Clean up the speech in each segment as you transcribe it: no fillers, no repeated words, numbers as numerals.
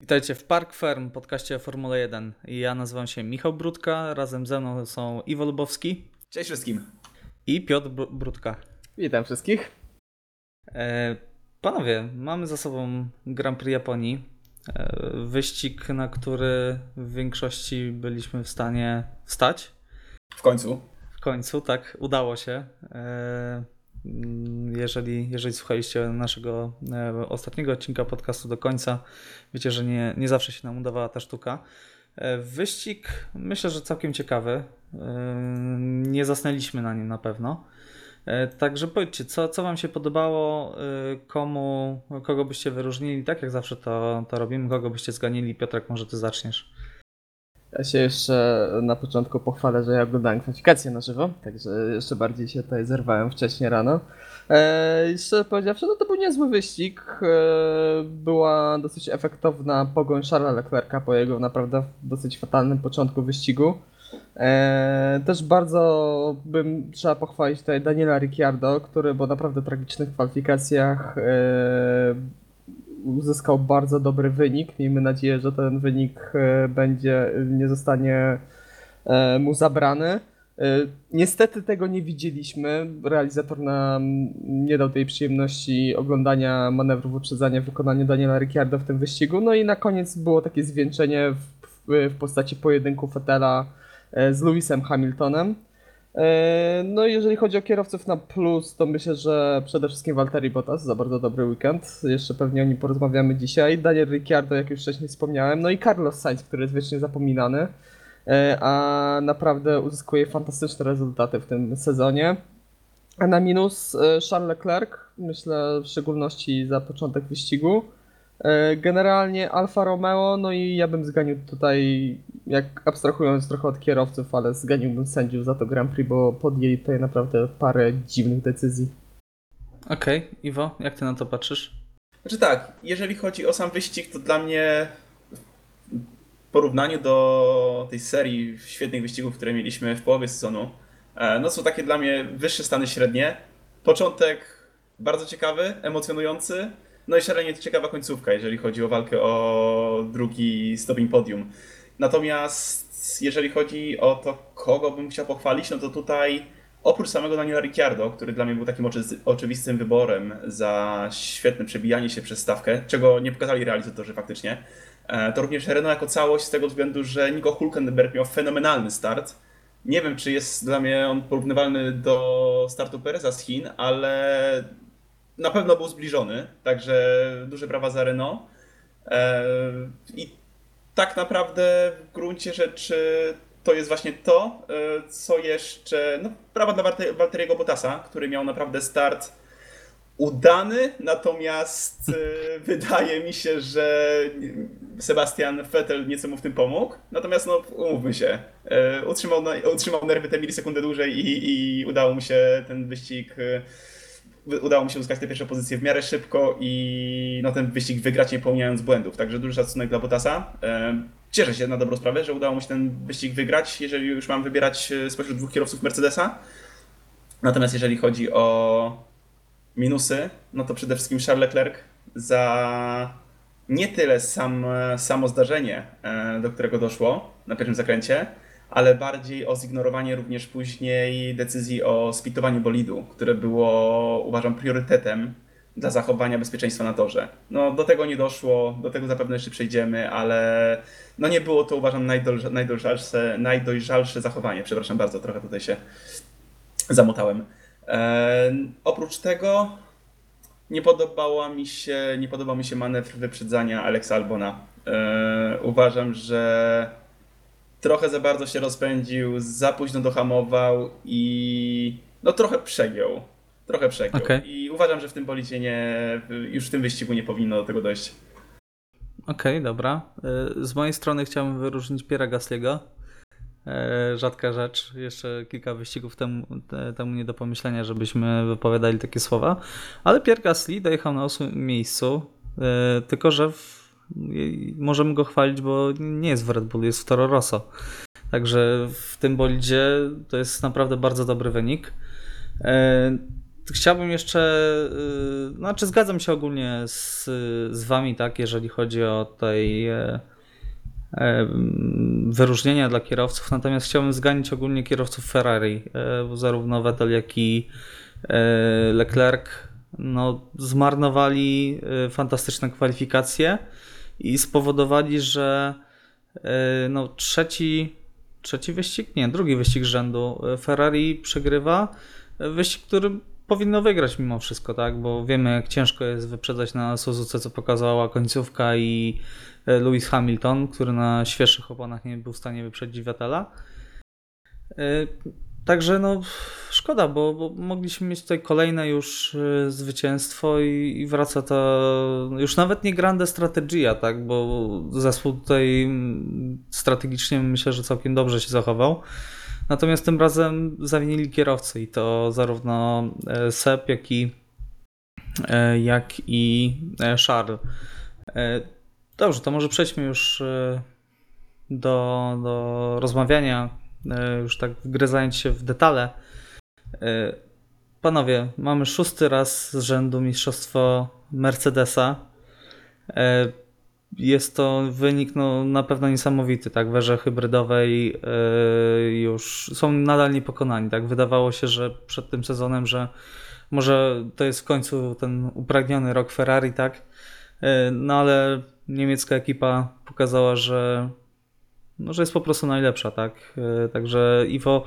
Witajcie w Park Ferm, podcaście o Formule 1. Ja nazywam się Michał Brudka, razem ze mną są Iwo Lubowski. Cześć wszystkim. I Piotr Brudka. Witam wszystkich. Panowie, mamy za sobą Grand Prix Japonii. Wyścig, na który w większości byliśmy w stanie wstać. W końcu. W końcu, tak, udało się. Jeżeli słuchaliście naszego ostatniego odcinka podcastu do końca, wiecie, że nie zawsze się nam udawała ta sztuka. Wyścig myślę, że całkiem ciekawy. Nie zasnęliśmy na nim na pewno. Także powiedzcie, co wam się podobało, kogo byście wyróżnili, tak jak zawsze to robimy, kogo byście zganili. Piotrek, może ty zaczniesz. Ja się jeszcze na początku pochwalę, że ja oglądałem kwalifikację na żywo, także jeszcze bardziej się tutaj zerwałem wcześniej rano. Szczerze powiedziawszy, no to był niezły wyścig. Była dosyć efektowna pogoń Charlesa Leclerca po jego naprawdę dosyć fatalnym początku wyścigu. Też bardzo trzeba pochwalić tutaj Daniela Ricciardo, który po naprawdę tragicznych kwalifikacjach uzyskał bardzo dobry wynik. Miejmy nadzieję, że ten wynik nie zostanie mu zabrany. Niestety tego nie widzieliśmy. Realizator nam nie dał tej przyjemności oglądania manewru wyprzedzania w wykonaniu Daniela Ricciardo w tym wyścigu. No i na koniec było takie zwieńczenie w postaci pojedynku Vettela z Lewisem Hamiltonem. No i jeżeli chodzi o kierowców na plus, to myślę, że przede wszystkim Valtteri Bottas za bardzo dobry weekend. Jeszcze pewnie o nim porozmawiamy dzisiaj. Daniel Ricciardo, jak już wcześniej wspomniałem. No i Carlos Sainz, który jest wiecznie zapominany, a naprawdę uzyskuje fantastyczne rezultaty w tym sezonie. A na minus Charles Leclerc, myślę w szczególności za początek wyścigu. Generalnie Alfa Romeo, no i ja bym zganił tutaj, jak abstrahując trochę od kierowców, ale zganiłbym sędziów za to Grand Prix, bo podjęli tutaj naprawdę parę dziwnych decyzji. Okej, Iwo, jak ty na to patrzysz? Znaczy tak, jeżeli chodzi o sam wyścig, to dla mnie w porównaniu do tej serii świetnych wyścigów, które mieliśmy w połowie sezonu, no są takie dla mnie wyższe stany średnie. Początek bardzo ciekawy, emocjonujący, no i szalenie ciekawa końcówka, jeżeli chodzi o walkę o drugi stopień podium. Natomiast jeżeli chodzi o to, kogo bym chciał pochwalić, no to tutaj oprócz samego Daniela Ricciardo, który dla mnie był takim oczywistym wyborem za świetne przebijanie się przez stawkę, czego nie pokazali realizatorzy faktycznie, to również Renault jako całość z tego względu, że Nico Hülkenberg miał fenomenalny start. Nie wiem, czy jest dla mnie on porównywalny do startu Pereza z Chin, ale na pewno był zbliżony, także duże brawa za Renault. I tak naprawdę w gruncie rzeczy to jest właśnie to, co jeszcze... No, brawa dla Valtteriego Bottasa, który miał naprawdę start udany, natomiast wydaje mi się, że Sebastian Vettel nieco mu w tym pomógł. Natomiast no, umówmy się, utrzymał nerwy te milisekundę dłużej i udało mu się ten wyścig... Udało mi się uzyskać tę pierwszą pozycję w miarę szybko i no, ten wyścig wygrać nie popełniając błędów. Także duży szacunek dla Bottasa. Cieszę się na dobrą sprawę, że udało mu się ten wyścig wygrać, jeżeli już mam wybierać spośród dwóch kierowców Mercedesa. Natomiast jeżeli chodzi o minusy, no to przede wszystkim Charles Leclerc za nie tyle samo zdarzenie, do którego doszło na pierwszym zakręcie, ale bardziej o zignorowanie również później decyzji o spitowaniu bolidu, które było, uważam, priorytetem dla zachowania bezpieczeństwa na torze. No do tego nie doszło, do tego zapewne jeszcze przejdziemy, ale no nie było to, uważam, najdojrzalsze zachowanie. Przepraszam bardzo, trochę tutaj się zamotałem. Oprócz tego nie podobał mi się manewr wyprzedzania Alexa Albona. Uważam, że trochę za bardzo się rozpędził, za późno dohamował i no trochę przegiął. Okay. I uważam, że w tym bolidzie już w tym wyścigu nie powinno do tego dojść. Okej, dobra. Z mojej strony chciałbym wyróżnić Pierre'a Gasly'ego. Rzadka rzecz. Jeszcze kilka wyścigów temu nie do pomyślenia, żebyśmy wypowiadali takie słowa. Ale Pierre Gasly dojechał na 8. miejscu, tylko że możemy go chwalić, bo nie jest w Red Bullu, jest w Toro Rosso. Także w tym bolidzie to jest naprawdę bardzo dobry wynik. chciałbym jeszcze, znaczy zgadzam się ogólnie z wami, tak, jeżeli chodzi o tutaj wyróżnienia dla kierowców, natomiast chciałbym zganić ogólnie kierowców Ferrari, bo zarówno Vettel, jak i Leclerc no, zmarnowali fantastyczne kwalifikacje i spowodowali, że no, drugi wyścig z rzędu Ferrari przegrywa. Wyścig, który powinno wygrać mimo wszystko, tak? Bo wiemy, jak ciężko jest wyprzedzać na Suzuce, co pokazała końcówka i Lewis Hamilton, który na świeższych oponach nie był w stanie wyprzedzić Vettela. Także no szkoda, bo mogliśmy mieć tutaj kolejne już zwycięstwo i wraca to już nawet nie grande strategia, tak, bo zespół tutaj strategicznie myślę, że całkiem dobrze się zachował. Natomiast tym razem zawinili kierowcy i to zarówno Seb, jak i Charles. Dobrze, to może przejdźmy już do rozmawiania, już tak wgryzając się w detale. Panowie, mamy 6. raz z rzędu mistrzostwo Mercedesa. Jest to wynik no, na pewno niesamowity, tak? W erze hybrydowej już są nadal niepokonani, tak? Wydawało się, że przed tym sezonem, że może to jest w końcu ten upragniony rok Ferrari, tak? No ale niemiecka ekipa pokazała, że jest po prostu najlepsza, tak? Także Iwo,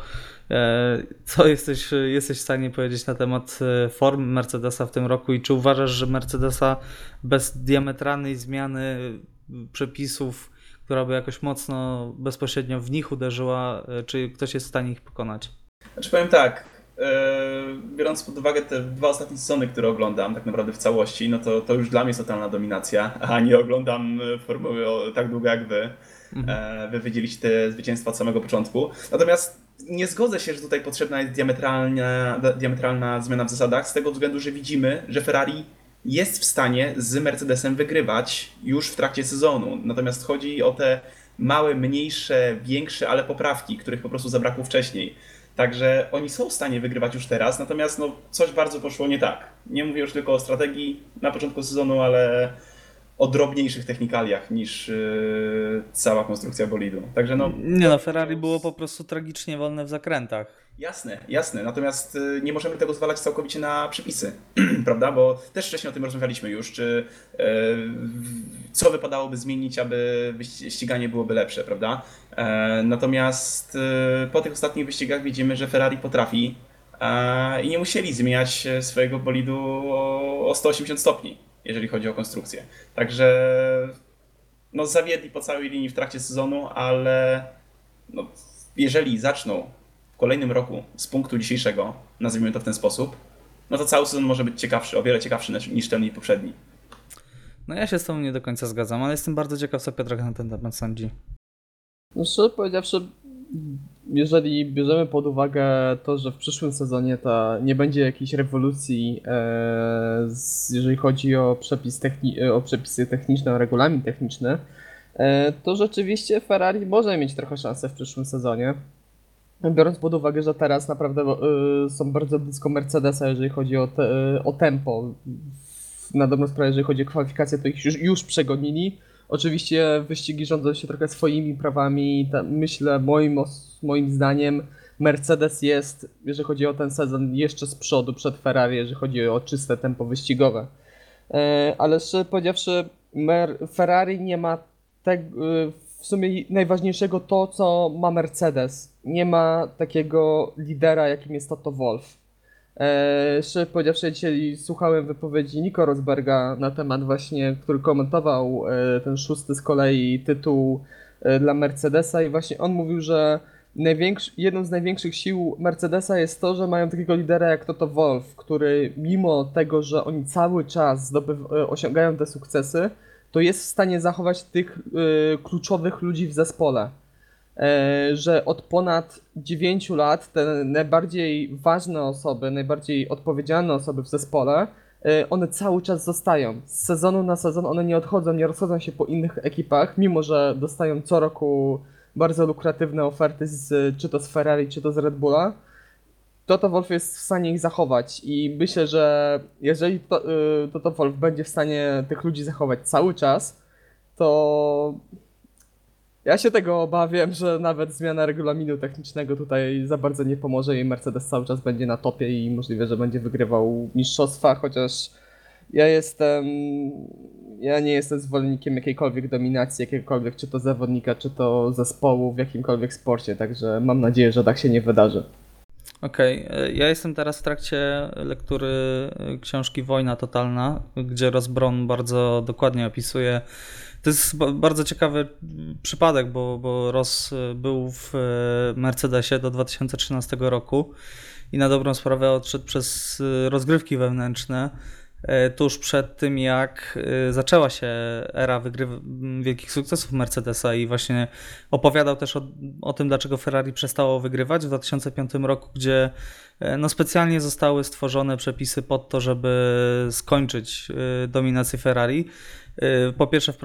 co jesteś w stanie powiedzieć na temat form Mercedesa w tym roku i czy uważasz, że Mercedesa bez diametralnej zmiany przepisów, która by jakoś mocno bezpośrednio w nich uderzyła, czy ktoś jest w stanie ich pokonać? Znaczy powiem tak, biorąc pod uwagę te 2 ostatnie sezony, które oglądam tak naprawdę w całości, no to już dla mnie jest totalna dominacja, a nie oglądam formuły tak długo jak wy. Wy wydzieliście te zwycięstwa od samego początku. Natomiast nie zgodzę się, że tutaj potrzebna jest diametralna zmiana w zasadach, z tego względu, że widzimy, że Ferrari jest w stanie z Mercedesem wygrywać już w trakcie sezonu. Natomiast chodzi o te małe, mniejsze, większe, ale poprawki, których po prostu zabrakło wcześniej. Także oni są w stanie wygrywać już teraz, natomiast no, coś bardzo poszło nie tak. Nie mówię już tylko o strategii na początku sezonu, ale o drobniejszych technikaliach niż cała konstrukcja bolidu. Także no, Ferrari było po prostu tragicznie wolne w zakrętach. Jasne. Natomiast nie możemy tego zwalać całkowicie na przepisy, prawda? Bo też wcześniej o tym rozmawialiśmy już, czy co wypadałoby zmienić, aby ściganie byłoby lepsze, prawda? Natomiast po tych ostatnich wyścigach widzimy, że Ferrari potrafi i nie musieli zmieniać swojego bolidu o 180 stopni, jeżeli chodzi o konstrukcję. Także no, zawiedli po całej linii w trakcie sezonu, ale no, jeżeli zaczną w kolejnym roku z punktu dzisiejszego, nazwijmy to w ten sposób, no to cały sezon może być ciekawszy, o wiele ciekawszy niż ten i poprzedni. No ja się z tobą nie do końca zgadzam, ale jestem bardzo ciekaw, co Piotrek na ten temat sądzi. No szczerze powiedziawszy, jeżeli bierzemy pod uwagę to, że w przyszłym sezonie to nie będzie jakiejś rewolucji, jeżeli chodzi o przepisy techniczne, o regulamin techniczny, to rzeczywiście Ferrari może mieć trochę szansę w przyszłym sezonie. Biorąc pod uwagę, że teraz naprawdę są bardzo blisko Mercedesa, jeżeli chodzi o tempo. Na dobrą sprawę, jeżeli chodzi o kwalifikacje, to ich już przegonili. Oczywiście wyścigi rządzą się trochę swoimi prawami. Myślę, moim zdaniem, Mercedes jest, jeżeli chodzi o ten sezon, jeszcze z przodu przed Ferrari, jeżeli chodzi o czyste tempo wyścigowe. Ale szczerze powiedziawszy, Ferrari nie ma w sumie najważniejszego to, co ma Mercedes. Nie ma takiego lidera, jakim jest Toto Wolff. Szczerze powiedziawszy, dzisiaj słuchałem wypowiedzi Nico Rosberga na temat właśnie, który komentował ten 6. z kolei tytuł dla Mercedesa i właśnie on mówił, że jedną z największych sił Mercedesa jest to, że mają takiego lidera jak Toto Wolff, który mimo tego, że oni cały czas osiągają te sukcesy, to jest w stanie zachować tych kluczowych ludzi w zespole. Że od ponad 9 lat te najbardziej ważne osoby, najbardziej odpowiedzialne osoby w zespole, one cały czas zostają. Z sezonu na sezon one nie rozchodzą się po innych ekipach, mimo że dostają co roku bardzo lukratywne oferty czy to z Ferrari, czy to z Red Bulla. Toto Wolff jest w stanie ich zachować i myślę, że jeżeli Toto Wolff będzie w stanie tych ludzi zachować cały czas, to ja się tego obawiam, że nawet zmiana regulaminu technicznego tutaj za bardzo nie pomoże i Mercedes cały czas będzie na topie i możliwe, że będzie wygrywał mistrzostwa, chociaż ja nie jestem zwolennikiem jakiejkolwiek dominacji, jakiegokolwiek czy to zawodnika, czy to zespołu w jakimkolwiek sporcie, także mam nadzieję, że tak się nie wydarzy. Okej, ja jestem teraz w trakcie lektury książki Wojna Totalna, gdzie Ross Brawn bardzo dokładnie opisuje. To jest bardzo ciekawy przypadek, bo Ross był w Mercedesie do 2013 roku i na dobrą sprawę odszedł przez rozgrywki wewnętrzne tuż przed tym, jak zaczęła się era wielkich sukcesów Mercedesa i właśnie opowiadał też o tym, dlaczego Ferrari przestało wygrywać w 2005 roku, gdzie no specjalnie zostały stworzone przepisy pod to, żeby skończyć dominację Ferrari. Po pierwsze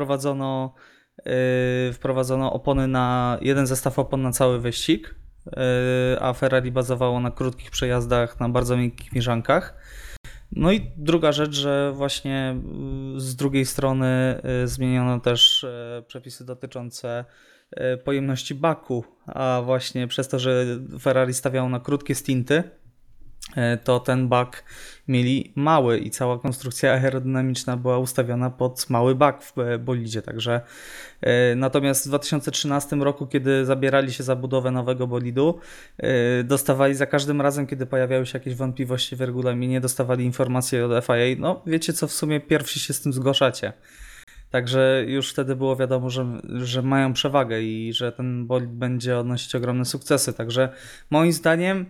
wprowadzono opony jeden zestaw opon na cały wyścig, a Ferrari bazowało na krótkich przejazdach, na bardzo miękkich mieszankach. No i druga rzecz, że właśnie z drugiej strony zmieniono też przepisy dotyczące pojemności baku, a właśnie przez to, że Ferrari stawiało na krótkie stinty, to ten bak mieli mały i cała konstrukcja aerodynamiczna była ustawiona pod mały bak w bolidzie, także natomiast w 2013 roku, kiedy zabierali się za budowę nowego bolidu, dostawali za każdym razem, kiedy pojawiały się jakieś wątpliwości w regulaminie, dostawali informacje od FIA, no wiecie co, w sumie pierwsi się z tym zgłaszacie. Także już wtedy było wiadomo, że mają przewagę i że ten bolid będzie odnosić ogromne sukcesy, także moim zdaniem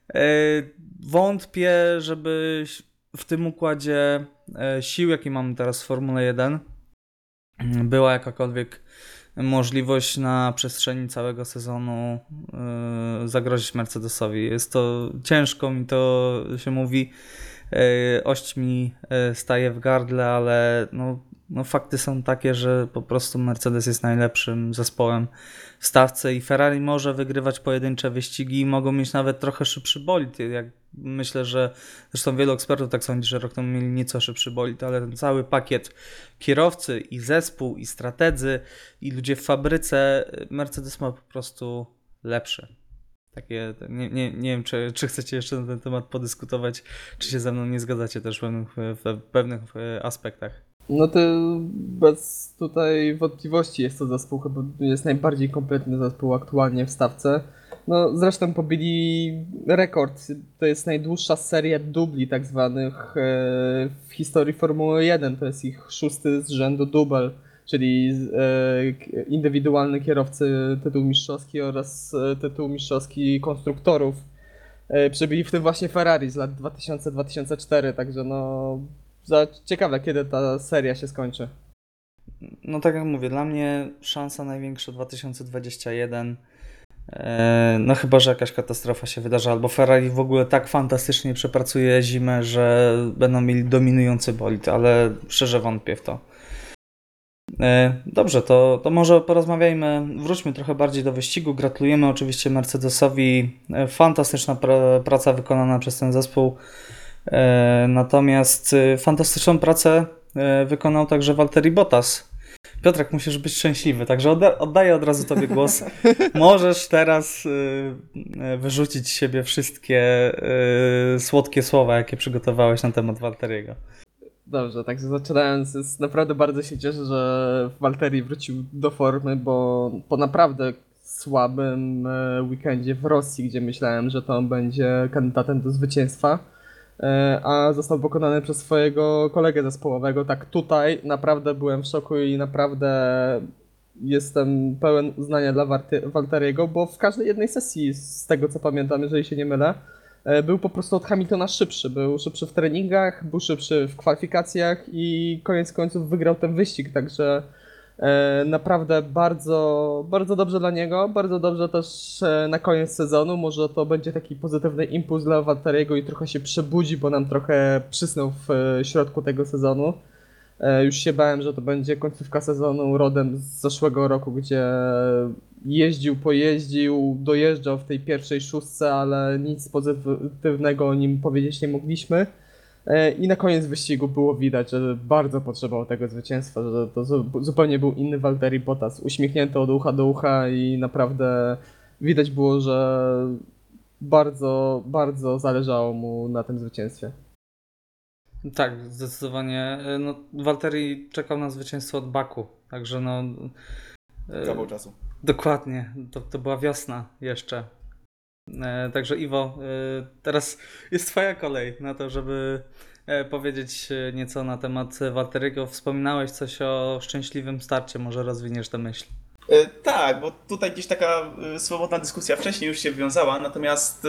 wątpię, żeby w tym układzie sił, jaki mamy teraz w Formule 1, była jakakolwiek możliwość na przestrzeni całego sezonu zagrozić Mercedesowi. Jest to ciężko, mi to się mówi, ość mi staje w gardle, ale no fakty są takie, że po prostu Mercedes jest najlepszym zespołem w stawce i Ferrari może wygrywać pojedyncze wyścigi i mogą mieć nawet trochę szybszy bolid. Jak myślę, że zresztą wielu ekspertów tak sądzi, że rok temu mieli nieco szybszy bolid, ale ten cały pakiet kierowcy i zespół i strategzy i ludzie w fabryce, Mercedes ma po prostu lepszy. Takie, nie wiem, czy chcecie jeszcze na ten temat podyskutować, czy się ze mną nie zgadzacie też w pewnych aspektach. No to bez tutaj wątpliwości jest to zespół, chyba jest najbardziej kompletny zespół aktualnie w stawce. No zresztą pobili rekord, to jest najdłuższa seria dubli tak zwanych w historii Formuły 1, to jest ich 6. z rzędu dubel, czyli indywidualny kierowcy tytuł mistrzowski oraz tytuł mistrzowski konstruktorów. Przebili w tym właśnie Ferrari z lat 2000-2004, także no ciekawe, kiedy ta seria się skończy. No tak jak mówię, dla mnie szansa największa 2021. No chyba, że jakaś katastrofa się wydarzy, albo Ferrari w ogóle tak fantastycznie przepracuje zimę, że będą mieli dominujący bolid, ale szczerze wątpię w to. Dobrze, to może porozmawiajmy, wróćmy trochę bardziej do wyścigu. Gratulujemy oczywiście Mercedesowi, fantastyczna praca wykonana przez ten zespół. Natomiast fantastyczną pracę wykonał także Valtteri Bottas. Piotrek, musisz być szczęśliwy, także oddaję od razu Tobie głos. Możesz teraz wyrzucić z siebie wszystkie słodkie słowa, jakie przygotowałeś na temat Valtteriego. Dobrze, także zaczynając, naprawdę bardzo się cieszę, że Valtteri wrócił do formy, bo po naprawdę słabym weekendzie w Rosji, gdzie myślałem, że to on będzie kandydatem do zwycięstwa, a został pokonany przez swojego kolegę zespołowego. Tak tutaj naprawdę byłem w szoku i naprawdę jestem pełen uznania dla Valtteriego, bo w każdej jednej sesji, z tego co pamiętam, jeżeli się nie mylę, był po prostu od Hamiltona szybszy. Był szybszy w treningach, był szybszy w kwalifikacjach i koniec końców wygrał ten wyścig, także naprawdę bardzo, bardzo dobrze dla niego, bardzo dobrze też na koniec sezonu. Może to będzie taki pozytywny impuls dla Valtteriego i trochę się przebudzi, bo nam trochę przysnął w środku tego sezonu. Już się bałem, że to będzie końcówka sezonu rodem z zeszłego roku, gdzie pojeździł, dojeżdżał w tej pierwszej szóstce, ale nic pozytywnego o nim powiedzieć nie mogliśmy. I na koniec wyścigu było widać, że bardzo potrzebował tego zwycięstwa, że to zupełnie był inny Valtteri Bottas, uśmiechnięty od ucha do ucha i naprawdę widać było, że bardzo, bardzo zależało mu na tym zwycięstwie. Tak, zdecydowanie. No, Valtteri czekał na zwycięstwo od Baku, także no... Kawał czasu. Dokładnie, to była wiosna jeszcze. Także Iwo, teraz jest twoja kolej na to, żeby powiedzieć nieco na temat Valtteriego. Wspominałeś coś o szczęśliwym starcie, może rozwiniesz tę myśl. Tak, bo tutaj gdzieś taka swobodna dyskusja wcześniej już się wiązała, natomiast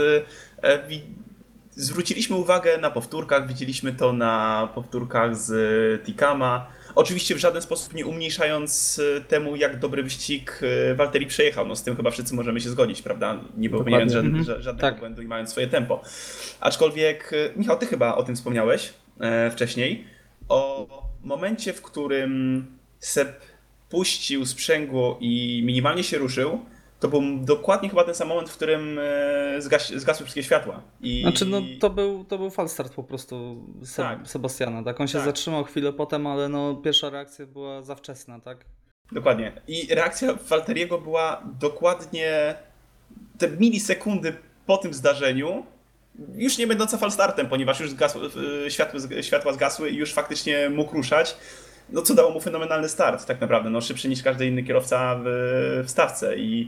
zwróciliśmy uwagę na powtórkach, widzieliśmy to na powtórkach z Tikama. Oczywiście w żaden sposób nie umniejszając temu, jak dobry wyścig Valtteri przejechał. No z tym chyba wszyscy możemy się zgodzić, prawda? Nie popełniając żadnego Tak. błędu i mając swoje tempo. Aczkolwiek, Michał, ty chyba o tym wspomniałeś wcześniej. O momencie, w którym Seb puścił sprzęgło i minimalnie się ruszył, to był dokładnie chyba ten sam moment, w którym zgasły wszystkie światła. Znaczy, no to był falstart po prostu Tak. Sebastiana, tak? On się Tak. zatrzymał chwilę potem, ale no pierwsza reakcja była za wczesna, tak? Dokładnie. I reakcja Valtteriego była dokładnie te milisekundy po tym zdarzeniu, już nie będąca falstartem, ponieważ już światła zgasły i już faktycznie mógł ruszać. No co dało mu fenomenalny start tak naprawdę, no szybszy niż każdy inny kierowca w stawce i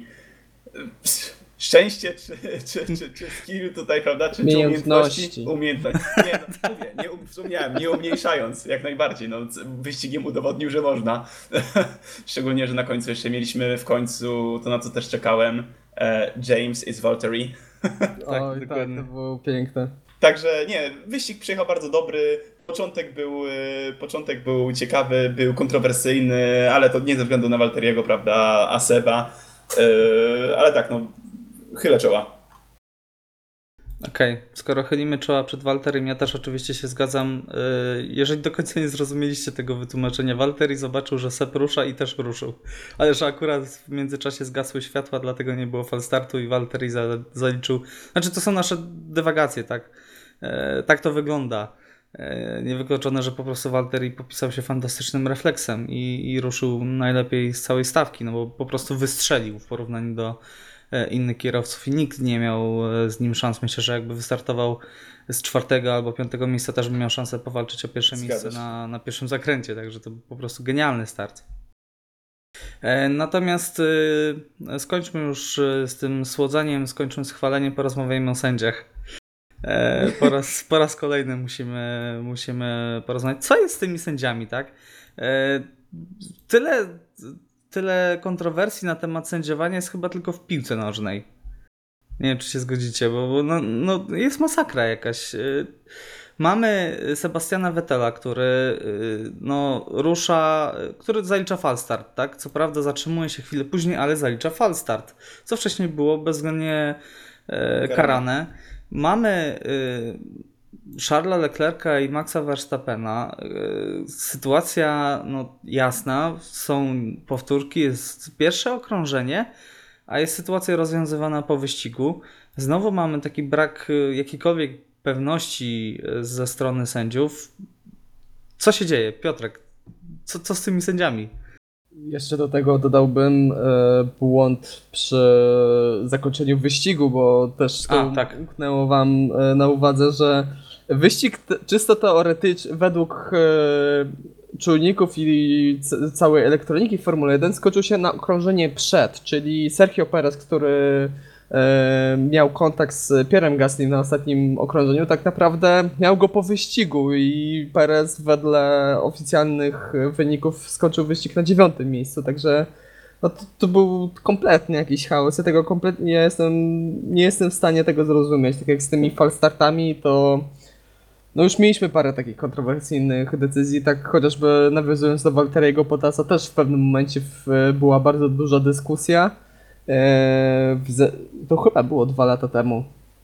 szczęście czy skill tutaj, prawda, czy umiejętności. Nie, no, mówię, wspomniałem, nie umniejszając, jak najbardziej, no wyścigiem udowodnił, że można. Szczególnie, że na końcu jeszcze mieliśmy to na co też czekałem, James is Valtteri. Oj, tak, to było piękne. Także nie, wyścig przyjechał bardzo dobry. Początek był ciekawy, był kontrowersyjny, ale to nie ze względu na Valtteriego, prawda, a Seba. Ale tak, no, chylę czoła. Okej, skoro chylimy czoła przed Valtterim, ja też oczywiście się zgadzam. Jeżeli do końca nie zrozumieliście tego wytłumaczenia, Valtteri zobaczył, że Seb rusza i też ruszył. Ale że akurat w międzyczasie zgasły światła, dlatego nie było falstartu i Valtteri zaliczył. Znaczy to są nasze dywagacje, tak? Tak to wygląda. Niewykluczone, że po prostu Valtteri popisał się fantastycznym refleksem i ruszył najlepiej z całej stawki, no bo po prostu wystrzelił w porównaniu do innych kierowców i nikt nie miał z nim szans. Myślę, że jakby wystartował z 4. albo 5. miejsca, też by miał szansę powalczyć o pierwsze miejsce na pierwszym zakręcie, także to po prostu genialny start. Natomiast skończmy już z tym słodzeniem, skończmy z chwaleniem, porozmawiajmy o sędziach. Po raz kolejny musimy porozmawiać, co jest z tymi sędziami, tak? Tyle kontrowersji na temat sędziowania jest chyba tylko w piłce nożnej. Nie wiem, czy się zgodzicie, bo no jest masakra jakaś. Mamy Sebastiana Vettela, który rusza, który zalicza falstart, tak? Co prawda zatrzymuje się chwilę później, ale zalicza falstart, co wcześniej było bezwzględnie karane. Mamy Charlesa Leclerca i Maxa Verstappena. Sytuacja jasna, są powtórki, jest pierwsze okrążenie, a jest sytuacja rozwiązywana po wyścigu. Znowu mamy taki brak jakiejkolwiek pewności ze strony sędziów. Co się dzieje, Piotrek? Co z tymi sędziami? Jeszcze do tego dodałbym błąd przy zakończeniu wyścigu, bo też umknęło wam na uwadze, że wyścig czysto teoretycznie według czujników i całej elektroniki w Formule 1 skończył się na okrążenie przed, czyli Sergio Perez, który miał kontakt z Pierrem Gasly na ostatnim okrążeniu, tak naprawdę miał go po wyścigu i Perez wedle oficjalnych wyników skończył wyścig na 9. miejscu, także to był kompletnie jakiś chaos. Ja tego kompletnie nie jestem w stanie tego zrozumieć. Tak jak z tymi falstartami, to już mieliśmy parę takich kontrowersyjnych decyzji, tak chociażby nawiązując do Valtteriego Bottasa, też w pewnym momencie była bardzo duża dyskusja. To chyba było 2 lata temu.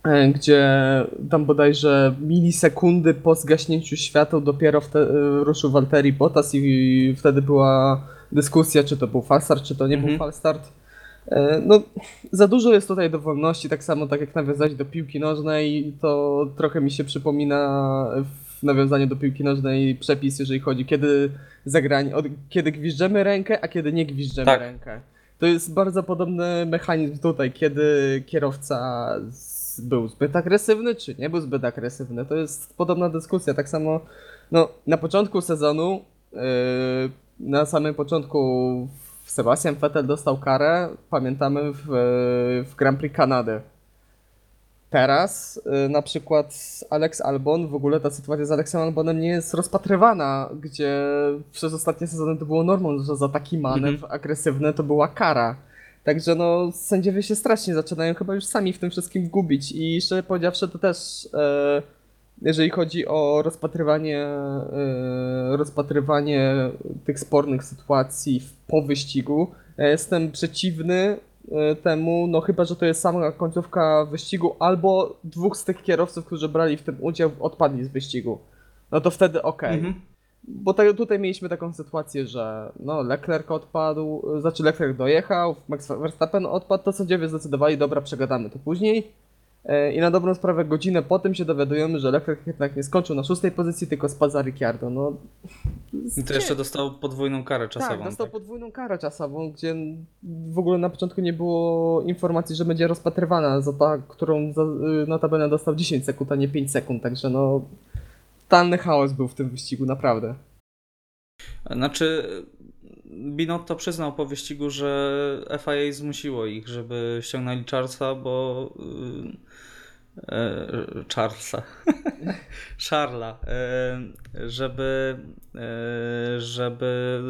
gdzie tam bodajże milisekundy po zgaśnięciu świateł dopiero ruszył Valtteri Bottas i wtedy była dyskusja, czy to był falstart, czy to nie był falstart. No, za dużo jest tutaj dowolności, tak samo tak jak nawiązać do piłki nożnej, to trochę mi się przypomina w nawiązaniu do piłki nożnej przepis, jeżeli chodzi kiedy gwiżdżemy rękę, a kiedy nie gwiżdżemy rękę. To jest bardzo podobny mechanizm tutaj, kiedy kierowca był zbyt agresywny, czy nie był zbyt agresywny. To jest podobna dyskusja. Tak samo na początku sezonu, na samym początku Sebastian Vettel dostał karę, pamiętamy, w Grand Prix Kanady. Teraz na przykład Alex Albon, w ogóle ta sytuacja z Alexem Albonem nie jest rozpatrywana, gdzie przez ostatnie sezony to było normą, że za taki manewr agresywny to była kara. Także sędziowie się strasznie zaczynają chyba już sami w tym wszystkim gubić i szczerze powiedziawszy to też jeżeli chodzi o rozpatrywanie tych spornych sytuacji po wyścigu, ja jestem przeciwny temu, chyba że to jest sama końcówka wyścigu, albo dwóch z tych kierowców, którzy brali w tym udział, odpadli z wyścigu. No to wtedy okej. Bo tutaj mieliśmy taką sytuację, że Leclerc odpadł, Leclerc dojechał, Max Verstappen odpadł, to sędziowie zdecydowali, dobra, przegadamy to później. I na dobrą sprawę godzinę po tym się dowiadujemy, że Leclerc jednak nie skończył na 6. pozycji, tylko spadł za Ricciardo. I to jeszcze dostał podwójną karę czasową. Tak, dostał podwójną karę czasową, gdzie w ogóle na początku nie było informacji, że będzie rozpatrywana za ta, którą notabene dostał 10 sekund, a nie 5 sekund, także totalny chaos był w tym wyścigu, naprawdę. Znaczy, Binotto przyznał po wyścigu, że FIA zmusiło ich, żeby ściągnęli Charlesa, bo Charlesa, żeby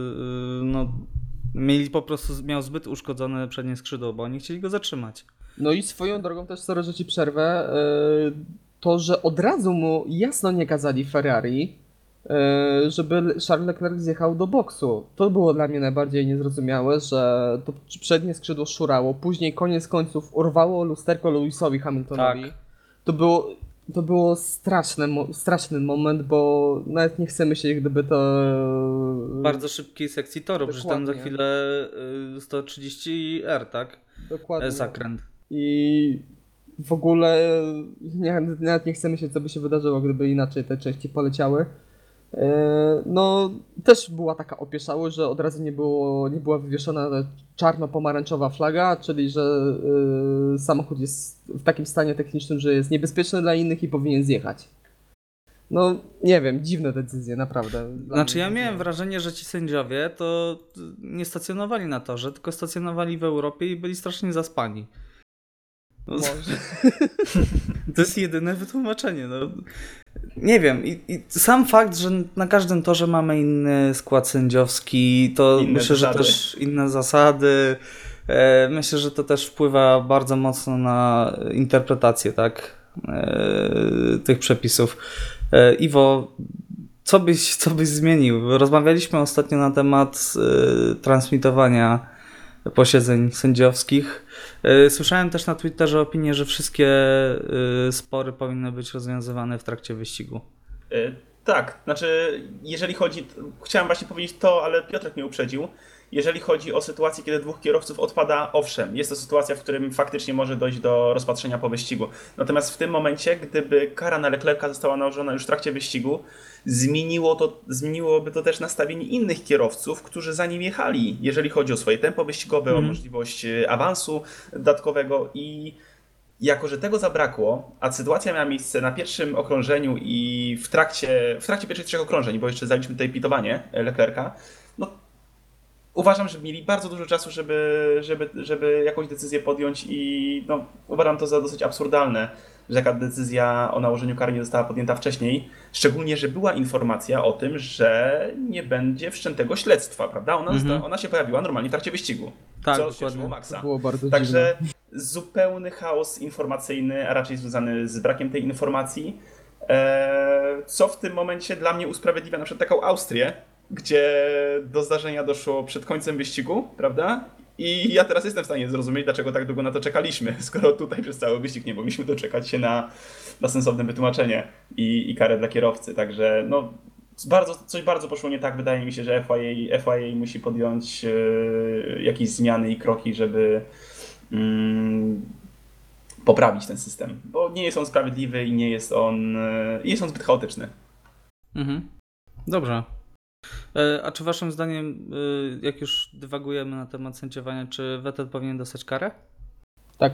miał zbyt uszkodzone przednie skrzydło, bo oni chcieli go zatrzymać. No i swoją drogą też, sorry, że ci przerwę, to, że od razu mu jasno nie kazali Ferrari, żeby Charles Leclerc zjechał do boksu. To było dla mnie najbardziej niezrozumiałe, że to przednie skrzydło szurało, później koniec końców urwało lusterko Lewisowi Hamiltonowi. Tak. To było straszny moment, bo nawet nie chcemy się, gdyby to... Bardzo szybkiej sekcji toru, przecież tam za chwilę 130R, tak? Dokładnie. Zakręt. I w ogóle nawet nie chcemy się, co by się wydarzyło, gdyby inaczej te części poleciały. Też była taka opieszałość, że od razu nie była wywieszona czarno-pomarańczowa flaga, czyli że samochód jest w takim stanie technicznym, że jest niebezpieczny dla innych i powinien zjechać. Nie wiem, dziwne decyzje, naprawdę. Znaczy ja miałem wrażenie, że ci sędziowie to nie stacjonowali na torze, tylko stacjonowali w Europie i byli strasznie zaspani. Może. To jest jedyne wytłumaczenie. Nie wiem. I sam fakt, że na każdym torze mamy inny skład sędziowski, to myślę, że też inne zasady. Myślę, że to też wpływa bardzo mocno na interpretację, tak, tych przepisów. Iwo, co byś zmienił? Rozmawialiśmy ostatnio na temat transmitowania posiedzeń sędziowskich. Słyszałem też na Twitterze opinię, że wszystkie spory powinny być rozwiązywane w trakcie wyścigu. Tak, znaczy jeżeli chodzi, chciałem właśnie powiedzieć to, ale Piotrek mnie uprzedził. Jeżeli chodzi o sytuację, kiedy dwóch kierowców odpada, owszem, jest to sytuacja, w którym faktycznie może dojść do rozpatrzenia po wyścigu. Natomiast w tym momencie, gdyby kara na Leclerca została nałożona już w trakcie wyścigu, zmieniłoby to też nastawienie innych kierowców, którzy za nim jechali, jeżeli chodzi o swoje tempo wyścigowe, o możliwość awansu dodatkowego i jako że tego zabrakło, a sytuacja miała miejsce na pierwszym okrążeniu i w trakcie pierwszych 3 okrążeń, bo jeszcze zaliczymy tutaj pitowanie Leclerca, uważam, że mieli bardzo dużo czasu, żeby jakąś decyzję podjąć i uważam to za dosyć absurdalne, że taka decyzja o nałożeniu kary nie została podjęta wcześniej. Szczególnie, że była informacja o tym, że nie będzie wszczętego śledztwa, prawda? Ona się pojawiła normalnie w trakcie wyścigu. Tak, co dokładnie. Maxa. To było bardzo Także dziwne. zupełny chaos informacyjny, a raczej związany z brakiem tej informacji, co w tym momencie dla mnie usprawiedliwia na przykład taką Austrię, gdzie do zdarzenia doszło przed końcem wyścigu, prawda? I ja teraz jestem w stanie zrozumieć, dlaczego tak długo na to czekaliśmy, skoro tutaj przez cały wyścig nie mogliśmy doczekać się na sensowne wytłumaczenie i karę dla kierowcy. Także no, coś bardzo poszło nie tak. Wydaje mi się, że FIA musi podjąć jakieś zmiany i kroki, żeby poprawić ten system, bo nie jest on sprawiedliwy i jest on zbyt chaotyczny. Mhm. Dobrze. A czy waszym zdaniem, jak już dywagujemy na temat sędziowania, czy Vettel powinien dostać karę? Tak.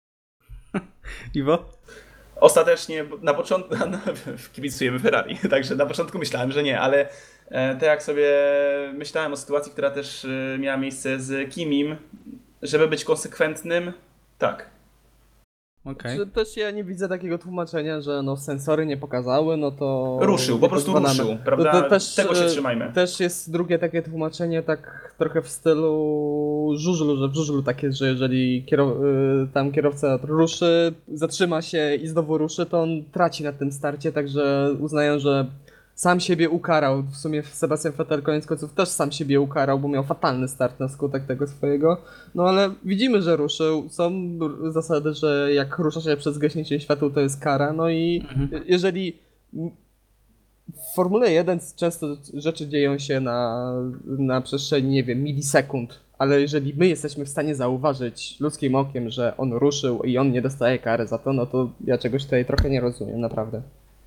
Iwo? Ostatecznie na początku kibicujemy Ferrari, także na początku myślałem, że nie, ale tak jak sobie myślałem o sytuacji, która też miała miejsce z Kimim, żeby być konsekwentnym, tak. Okej. Też ja nie widzę takiego tłumaczenia, że no sensory nie pokazały, no to... Ruszył, nie po prostu pozwalamy. ruszył, prawda? Tego się trzymajmy. Też jest drugie takie tłumaczenie, tak trochę w stylu żużlu, że w żużlu tak jest, że jeżeli tam kierowca ruszy, zatrzyma się i znowu ruszy, to on traci na tym starcie, także uznają, że sam siebie ukarał. W sumie Sebastian Vettel koniec końców też sam siebie ukarał, bo miał fatalny start na skutek tego swojego. No ale widzimy, że ruszył. Są zasady, że jak rusza się przed zgaśnięciem światła, to jest kara. No i jeżeli w Formule 1 często rzeczy dzieją się na przestrzeni, nie wiem, milisekund, ale jeżeli my jesteśmy w stanie zauważyć ludzkim okiem, że on ruszył i on nie dostaje kary za to, no to ja czegoś tutaj trochę nie rozumiem, naprawdę.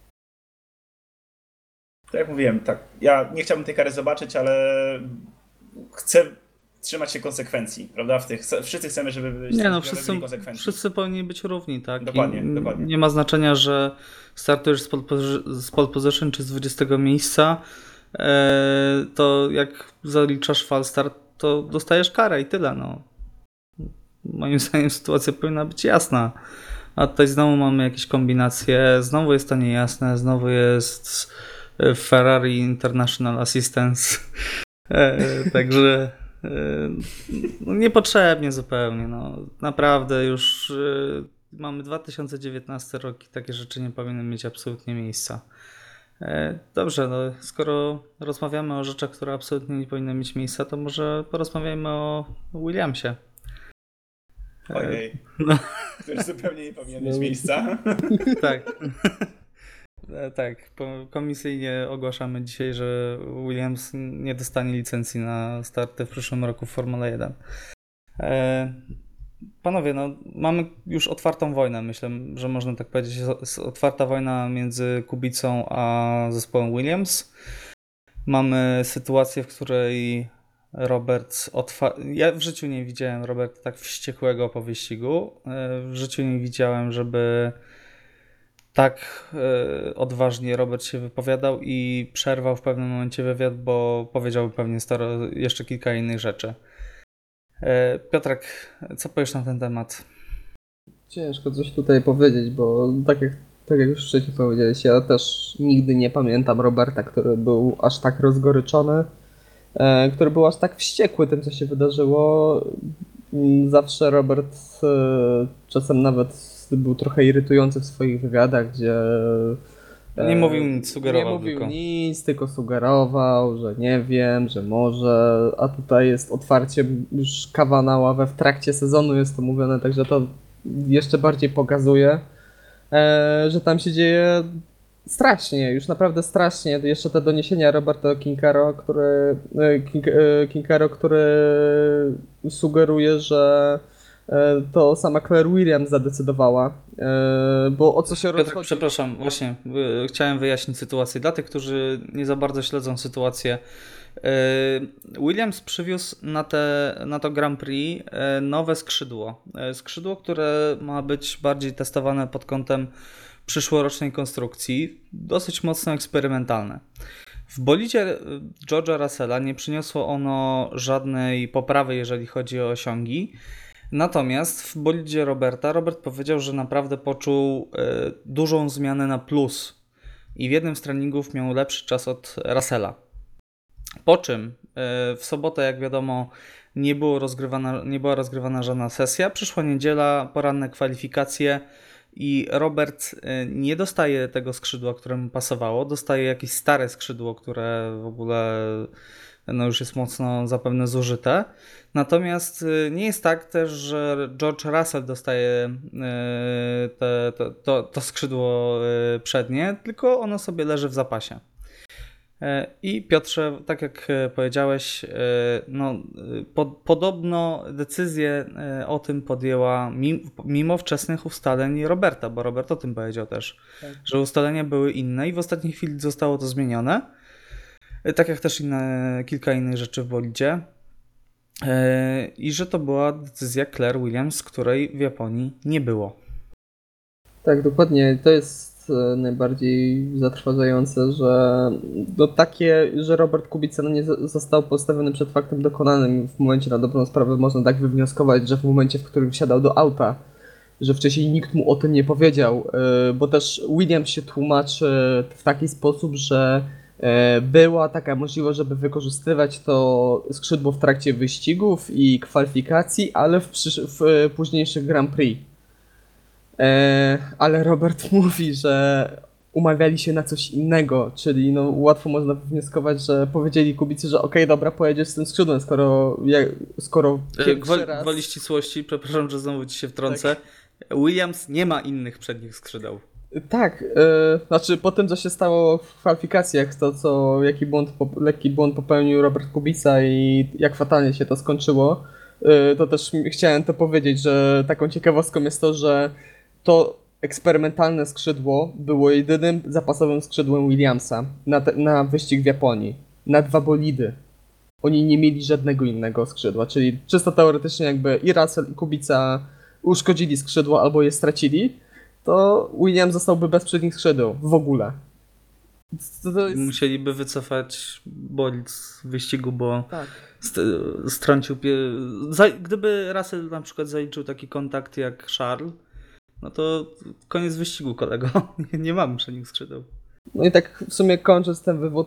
Tak jak mówiłem, tak. Ja nie chciałbym tej kary zobaczyć, ale chcę trzymać się konsekwencji, prawda? Wszyscy chcemy, żeby byli konsekwencji. Wszyscy powinni być równi, tak? Dokładnie. Nie ma znaczenia, że startujesz z pole position czy z 20 miejsca, to jak zaliczasz fal start, to dostajesz karę i tyle, no. Moim zdaniem sytuacja powinna być jasna. A tutaj znowu mamy jakieś kombinacje, znowu jest to niejasne, znowu jest Ferrari International Assistance. Także no niepotrzebnie zupełnie. No. Naprawdę już mamy 2019 rok i takie rzeczy nie powinny mieć absolutnie miejsca. Dobrze, no, skoro rozmawiamy o rzeczach, które absolutnie nie powinny mieć miejsca, to może porozmawiajmy o Williamsie. Ojej, no. który zupełnie nie powinien mieć miejsca. Tak. Tak, komisyjnie ogłaszamy dzisiaj, że Williams nie dostanie licencji na starty w przyszłym roku w Formule 1. Panowie, no mamy już otwartą wojnę, myślę, że można tak powiedzieć. Jest otwarta wojna między Kubicą a zespołem Williams. Mamy sytuację, w której Robert ja w życiu nie widziałem Roberta tak wściekłego po wyścigu. W życiu nie widziałem, żeby tak odważnie Robert się wypowiadał i przerwał w pewnym momencie wywiad, bo powiedział pewnie jeszcze kilka innych rzeczy. Piotrek, co powiesz na ten temat? Ciężko coś tutaj powiedzieć, bo tak jak już wcześniej powiedziałeś, ja też nigdy nie pamiętam Roberta, który był aż tak rozgoryczony, który był aż tak wściekły tym, co się wydarzyło. Zawsze Robert czasem nawet był trochę irytujący w swoich wywiadach, gdzie nie mówił nic, sugerował nie mówił tylko. nic, tylko sugerował, że nie wiem, że może, a tutaj jest otwarcie już kawa na ławę w trakcie sezonu jest to mówione, także to jeszcze bardziej pokazuje, że tam się dzieje strasznie, już naprawdę strasznie. Jeszcze te doniesienia Roberto Quincaro, który sugeruje, że to sama Claire Williams zadecydowała, bo o co się rozchodzi... Przepraszam, właśnie chciałem wyjaśnić sytuację. Dla tych, którzy nie za bardzo śledzą sytuację, Williams przywiózł na to Grand Prix nowe skrzydło. Skrzydło, które ma być bardziej testowane pod kątem przyszłorocznej konstrukcji, dosyć mocno eksperymentalne. W bolidzie George'a Russella nie przyniosło ono żadnej poprawy, jeżeli chodzi o osiągi. Natomiast w bolidzie Robert powiedział, że naprawdę poczuł dużą zmianę na plus i w jednym z treningów miał lepszy czas od Russella. Po czym w sobotę, jak wiadomo, nie była rozgrywana żadna sesja. Przyszła niedziela, poranne kwalifikacje i Robert nie dostaje tego skrzydła, które mu pasowało. Dostaje jakieś stare skrzydło, które w ogóle no już jest mocno zapewne zużyte. Natomiast nie jest tak też, że George Russell dostaje to skrzydło przednie, tylko ono sobie leży w zapasie. I Piotrze, tak jak powiedziałeś, no, podobno decyzję o tym podjęła mimo wczesnych ustaleń Roberta, bo Robert o tym powiedział też, tak, że ustalenia były inne i w ostatniej chwili zostało to zmienione. Tak jak też kilka innych rzeczy w bolidzie. I że to była decyzja Claire Williams, której w Japonii nie było. Tak, dokładnie. To jest najbardziej zatrważające, że że Robert Kubica nie został postawiony przed faktem dokonanym w momencie, na dobrą sprawę można tak wywnioskować, że w momencie, w którym wsiadał do auta, że wcześniej nikt mu o tym nie powiedział, bo też Williams się tłumaczy w taki sposób, że była taka możliwość, żeby wykorzystywać to skrzydło w trakcie wyścigów i kwalifikacji, ale w późniejszych Grand Prix. Ale Robert mówi, że umawiali się na coś innego, czyli no łatwo można wnioskować, że powiedzieli Kubicy, że okej, dobra, pojedziesz z tym skrzydłem, skoro pierwszy raz... Gwoli ścisłości, przepraszam, że znowu ci się wtrącę. Tak. Williams nie ma innych przednich skrzydeł. Tak, znaczy po tym, co się stało w kwalifikacjach, lekki błąd popełnił Robert Kubica i jak fatalnie się to skończyło, to też chciałem to powiedzieć, że taką ciekawostką jest to, że to eksperymentalne skrzydło było jedynym zapasowym skrzydłem Williamsa na wyścig w Japonii. Na 2 bolidy. Oni nie mieli żadnego innego skrzydła, czyli czysto teoretycznie jakby i Russell i Kubica uszkodzili skrzydło albo je stracili, to Williams zostałby bez przednich skrzydeł w ogóle. Musieliby wycofać bolid z wyścigu, bo tak. Strącił... Gdyby Russell na przykład zaliczył taki kontakt jak Charles, no to koniec wyścigu, kolego. Nie mamy przednich skrzydeł. No i tak w sumie kończąc ten wywód,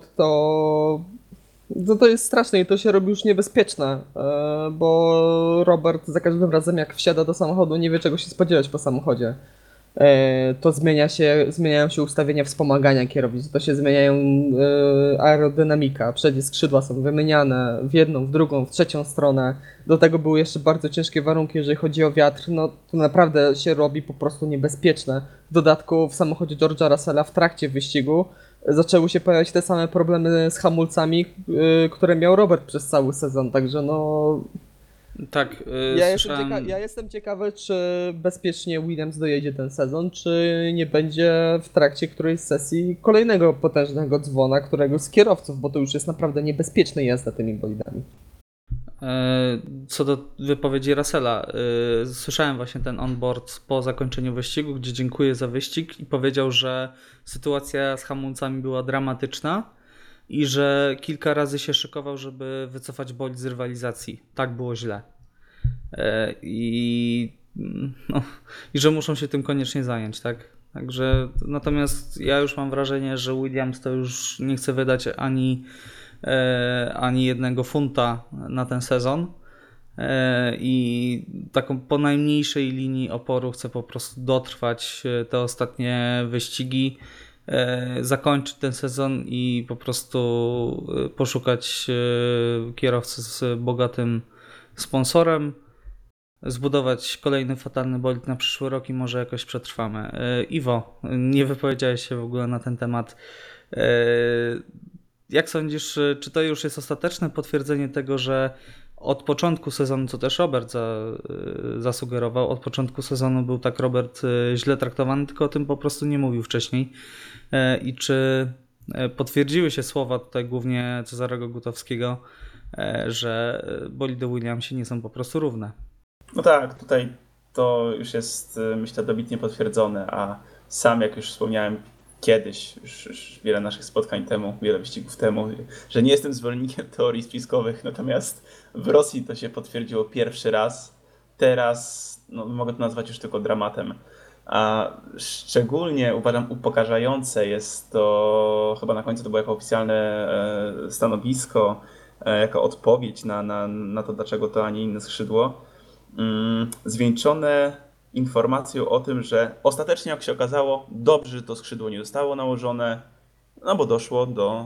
to jest straszne i to się robi już niebezpieczne, bo Robert za każdym razem jak wsiada do samochodu nie wie czego się spodziewać po samochodzie. To zmieniają się ustawienia wspomagania kierownicy, to się zmieniają aerodynamika, przednie skrzydła są wymieniane w jedną, w drugą, w trzecią stronę. Do tego były jeszcze bardzo ciężkie warunki, jeżeli chodzi o wiatr, no to naprawdę się robi po prostu niebezpieczne. W dodatku w samochodzie George'a Russella w trakcie wyścigu zaczęły się pojawiać te same problemy z hamulcami, które miał Robert przez cały sezon, także no... Tak, ja jestem ciekawy, czy bezpiecznie Williams dojedzie ten sezon, czy nie będzie w trakcie którejś sesji kolejnego potężnego dzwona któregoś z kierowców, bo to już jest naprawdę niebezpieczna jazda tymi bolidami. Co do wypowiedzi Russella, słyszałem właśnie ten onboard po zakończeniu wyścigu, gdzie dziękuję za wyścig i powiedział, że sytuacja z hamulcami była dramatyczna i że kilka razy się szykował, żeby wycofać bolid z rywalizacji. Tak było źle. I że muszą się tym koniecznie zająć, tak? Także natomiast ja już mam wrażenie, że Williams to już nie chce wydać ani jednego funta na ten sezon i taką po najmniejszej linii oporu chce po prostu dotrwać te ostatnie wyścigi, zakończyć ten sezon i po prostu poszukać kierowcy z bogatym sponsorem, zbudować kolejny fatalny bolid na przyszły rok i może jakoś przetrwamy. Iwo, nie wypowiedziałeś się w ogóle na ten temat. Jak sądzisz, czy to już jest ostateczne potwierdzenie tego, że od początku sezonu, co też Robert zasugerował, od początku sezonu był tak Robert źle traktowany, tylko o tym po prostu nie mówił wcześniej. I czy potwierdziły się słowa tutaj głównie Cezarego Gutowskiego, że bolidy Williamsie nie są po prostu równe? No tak, tutaj to już jest, myślę, dobitnie potwierdzone, a sam, jak już wspomniałem kiedyś, już wiele naszych spotkań temu, wiele wyścigów temu, że nie jestem zwolennikiem teorii spiskowych, natomiast w Rosji to się potwierdziło pierwszy raz. Teraz mogę to nazwać już tylko dramatem. A szczególnie uważam upokarzające jest to, chyba na końcu to było jako oficjalne stanowisko, jako odpowiedź na to, dlaczego to, a nie inne skrzydło, zwieńczone informacją o tym, że ostatecznie, jak się okazało, dobrze, że to skrzydło nie zostało nałożone, no bo doszło do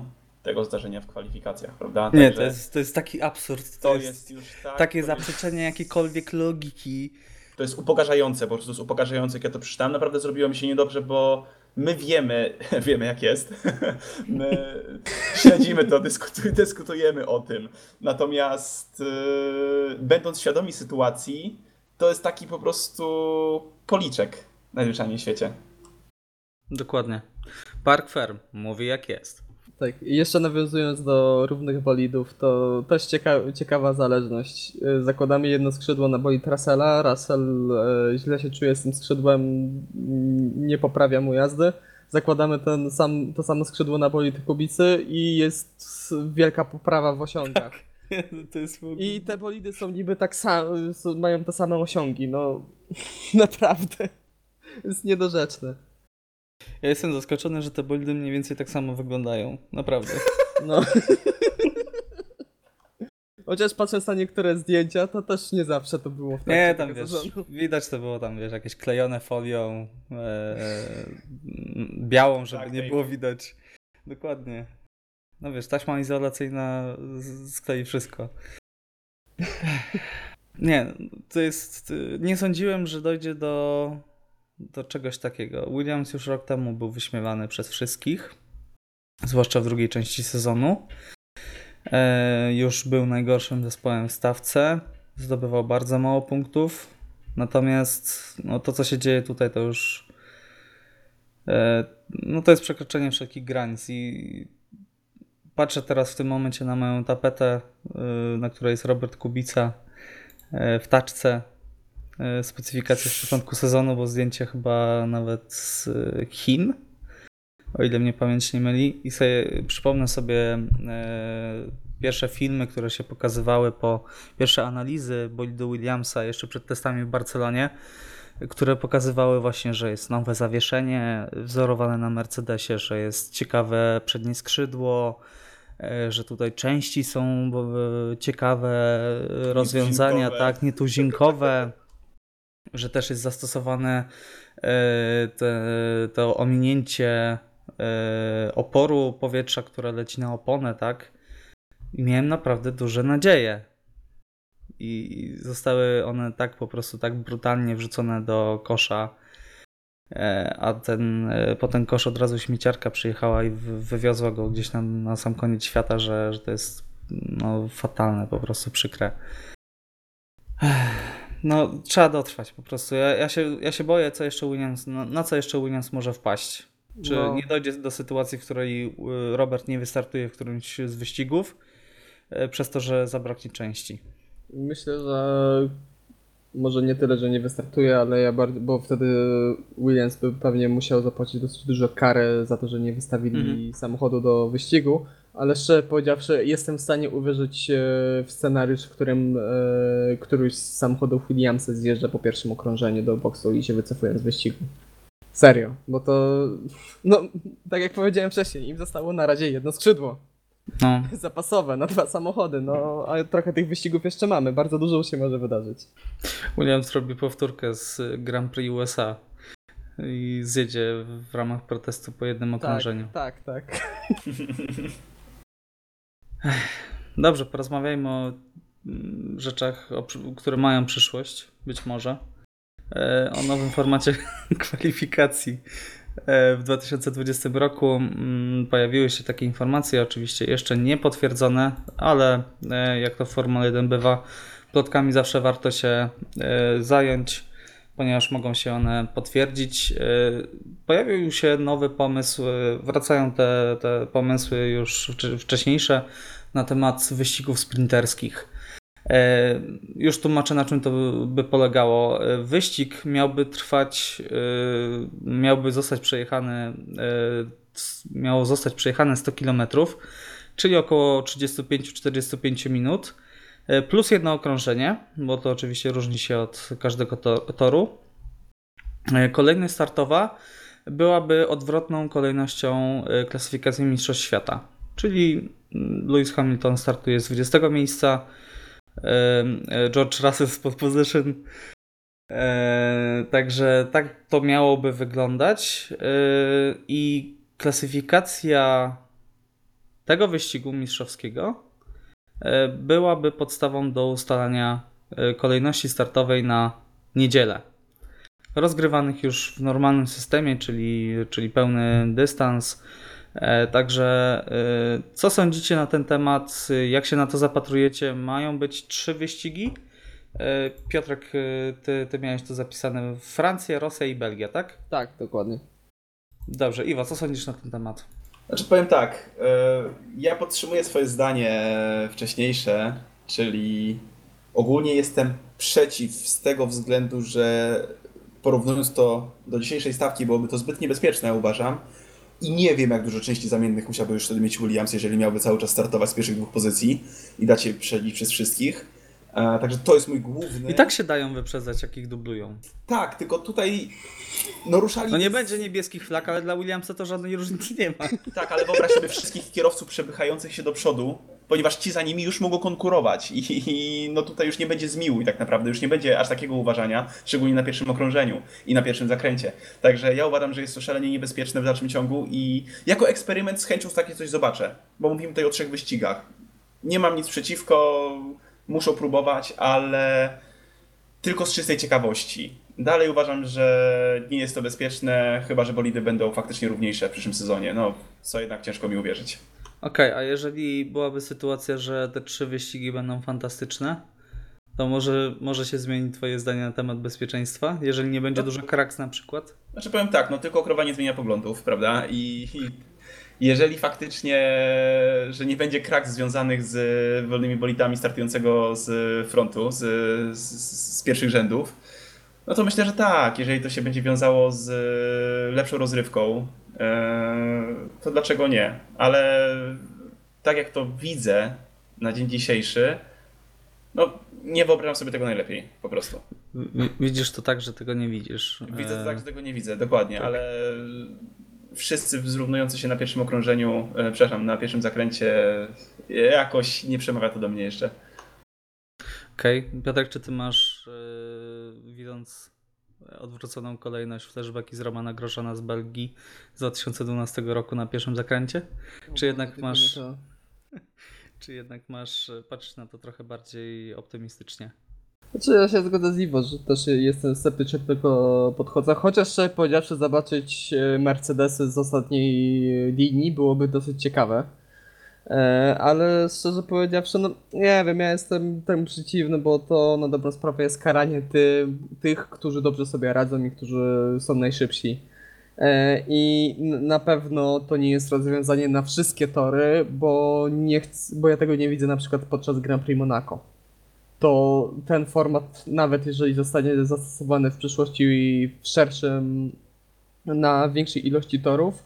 tego zdarzenia w kwalifikacjach, prawda? Nie, Także to jest taki absurd. to jest już tak... takie to jest- zaprzeczenie jakiejkolwiek logiki. To jest upokarzające, po prostu to jest upokarzające, jak ja to przeczytałem. Naprawdę zrobiło mi się niedobrze, bo my wiemy, wiemy jak jest. My śledzimy to, dyskutujemy o tym. Natomiast będąc świadomi sytuacji, to jest taki po prostu policzek najzwyczajniej w świecie. Dokładnie. Park Ferm mówi jak jest. Tak, i jeszcze nawiązując do równych bolidów, to też ciekawa zależność. Zakładamy jedno skrzydło na bolid Russella, Russell źle się czuje z tym skrzydłem, nie poprawia mu jazdy. Zakładamy to samo skrzydło na bolid Kubicy i jest wielka poprawa w osiągach. To jest... I te bolidy są niby tak mają te same osiągi, no naprawdę. Jest niedorzeczne. Ja jestem zaskoczony, że te bolidy mniej więcej tak samo wyglądają. Naprawdę. No. Chociaż patrząc na niektóre zdjęcia, to też nie zawsze to było w trakcie Nie, tam tego wiesz, sezonu. widać to było tam, wiesz, jakieś klejone folią białą, żeby Tak, nie tape. było widać. Dokładnie. No wiesz, taśma izolacyjna sklei wszystko. Nie, to jest... Nie sądziłem, że dojdzie do czegoś takiego. Williams już rok temu był wyśmiewany przez wszystkich, zwłaszcza w drugiej części sezonu. Już był najgorszym zespołem w stawce, zdobywał bardzo mało punktów, natomiast no, to co się dzieje tutaj to już no, to jest przekroczenie wszelkich granic i patrzę teraz w tym momencie na moją tapetę, na której jest Robert Kubica w taczce, specyfikację z początku sezonu, bo zdjęcie chyba nawet z Chin, o ile mnie pamięć nie myli, i sobie przypomnę sobie pierwsze filmy, które się pokazywały pierwsze analizy bolidu Williamsa jeszcze przed testami w Barcelonie, które pokazywały właśnie, że jest nowe zawieszenie wzorowane na Mercedesie, że jest ciekawe przednie skrzydło, że tutaj części są ciekawe rozwiązania, Nietuzinkowe. tak, nietuzinkowe, że też jest zastosowane to ominięcie oporu powietrza, które leci na oponę, tak? I miałem naprawdę duże nadzieje. I zostały one tak po prostu tak brutalnie wrzucone do kosza, a po ten kosz od razu śmieciarka przyjechała i wywiozła go gdzieś na sam koniec świata, że to jest no, fatalne, po prostu przykre. No, trzeba dotrwać po prostu. Ja się boję, co jeszcze Williams, na co jeszcze Williams może wpaść. Czy nie dojdzie do sytuacji, w której Robert nie wystartuje w którymś z wyścigów, przez to, że zabraknie części. Myślę, że może nie tyle, że nie wystartuje, ale bo wtedy Williams by pewnie musiał zapłacić dosyć dużo karę za to, że nie wystawili samochodu do wyścigu, ale szczerze powiedziawszy jestem w stanie uwierzyć w scenariusz, w którym któryś z samochodów Williamsa zjeżdża po pierwszym okrążeniu do boksu i się wycofuje z wyścigu. Serio, bo to, no tak jak powiedziałem wcześniej, im zostało na razie jedno skrzydło. No. Zapasowe na 2 samochody, no a trochę tych wyścigów jeszcze mamy, bardzo dużo się może wydarzyć. Williams robi powtórkę z Grand Prix USA i zjedzie w ramach protestu po jednym okrążeniu. Tak. Dobrze, porozmawiajmy o rzeczach, które mają przyszłość, być może. O nowym formacie kwalifikacji. W 2020 roku pojawiły się takie informacje, oczywiście jeszcze nie potwierdzone, ale jak to w Formule 1 bywa, plotkami zawsze warto się zająć, ponieważ mogą się one potwierdzić. Pojawił się nowy pomysł, wracają te pomysły już wcześniejsze na temat wyścigów sprinterskich. Już tłumaczę, na czym to by polegało. Wyścig miałby zostać przejechane 100 km, czyli około 35-45 minut, plus jedno okrążenie, bo to oczywiście różni się od każdego toru. Kolejność startowa byłaby odwrotną kolejnością klasyfikacji Mistrzostw Świata, czyli Lewis Hamilton startuje z 20 miejsca, George Russell z pole position. Także tak to miałoby wyglądać. I klasyfikacja tego wyścigu mistrzowskiego byłaby podstawą do ustalania kolejności startowej na niedzielę. Rozgrywanych już w normalnym systemie, czyli pełny dystans. Także co sądzicie na ten temat? Jak się na to zapatrujecie? Mają być 3 wyścigi. Piotrek, ty miałeś to zapisane: Francja, Rosja i Belgia, tak? Tak, dokładnie. Dobrze, Iwo, co sądzisz na ten temat? Znaczy powiem tak, ja podtrzymuję swoje zdanie wcześniejsze, czyli ogólnie jestem przeciw z tego względu, że porównując to do dzisiejszej stawki byłoby to zbyt niebezpieczne, uważam. I nie wiem, jak dużo części zamiennych musiałby już wtedy mieć Williams, jeżeli miałby cały czas startować z pierwszych 2 pozycji i dać się przebić przez wszystkich. Także to jest mój główny... I tak się dają wyprzedzać, jak ich dublują. Tak, tylko tutaj no ruszali... No nie będzie niebieskich flag, ale dla Williamsa to żadnej różnicy nie ma. Tak, ale wyobraź sobie wszystkich kierowców przepychających się do przodu, ponieważ ci za nimi już mogą konkurować i no tutaj już nie będzie zmiłuj tak naprawdę, już nie będzie aż takiego uważania, szczególnie na pierwszym okrążeniu i na pierwszym zakręcie. Także ja uważam, że jest to szalenie niebezpieczne w dalszym ciągu i jako eksperyment z chęcią takie coś zobaczę, bo mówimy tutaj o 3 wyścigach. Nie mam nic przeciwko, muszą próbować, ale tylko z czystej ciekawości. Dalej uważam, że nie jest to bezpieczne, chyba że bolidy będą faktycznie równiejsze w przyszłym sezonie. No, co jednak ciężko mi uwierzyć. Okej, a jeżeli byłaby sytuacja, że te 3 wyścigi będą fantastyczne, to może się zmieni twoje zdanie na temat bezpieczeństwa, jeżeli nie będzie dużo kraks na przykład? Znaczy powiem tak, no tylko krowa nie zmienia poglądów, prawda? I jeżeli faktycznie, że nie będzie kraks związanych z wolnymi bolidami startującego z frontu, z pierwszych rzędów, no to myślę, że tak. Jeżeli to się będzie wiązało z lepszą rozrywką, to dlaczego nie? Ale tak jak to widzę na dzień dzisiejszy, no nie wyobrażam sobie tego najlepiej, po prostu. Widzisz to tak, że tego nie widzisz. Widzę to tak, że tego nie widzę, dokładnie, ale wszyscy zrównujący się na pierwszym okrążeniu, przepraszam, na pierwszym zakręcie, jakoś nie przemawia to do mnie jeszcze. Okej. Piotrek, czy ty masz, widząc odwróconą kolejność, flashbacki z Romana Groszana z Belgii z 2012 roku na pierwszym zakręcie? Czy jednak masz, patrzysz na to trochę bardziej optymistycznie? Znaczy ja się zgodzę z Iwo, że też jestem sceptyczny do tego podchodzę, chociaż szczerze powiedziawszy zobaczyć Mercedesy z ostatniej linii byłoby dosyć ciekawe. Ale szczerze powiedziawszy, no nie wiem, ja jestem temu przeciwny, bo to na dobrą sprawę jest karanie tych, którzy dobrze sobie radzą i którzy są najszybsi. I na pewno to nie jest rozwiązanie na wszystkie tory, bo ja tego nie widzę na przykład podczas Grand Prix Monaco. To ten format, nawet jeżeli zostanie zastosowany w przyszłości w szerszym, na większej ilości torów,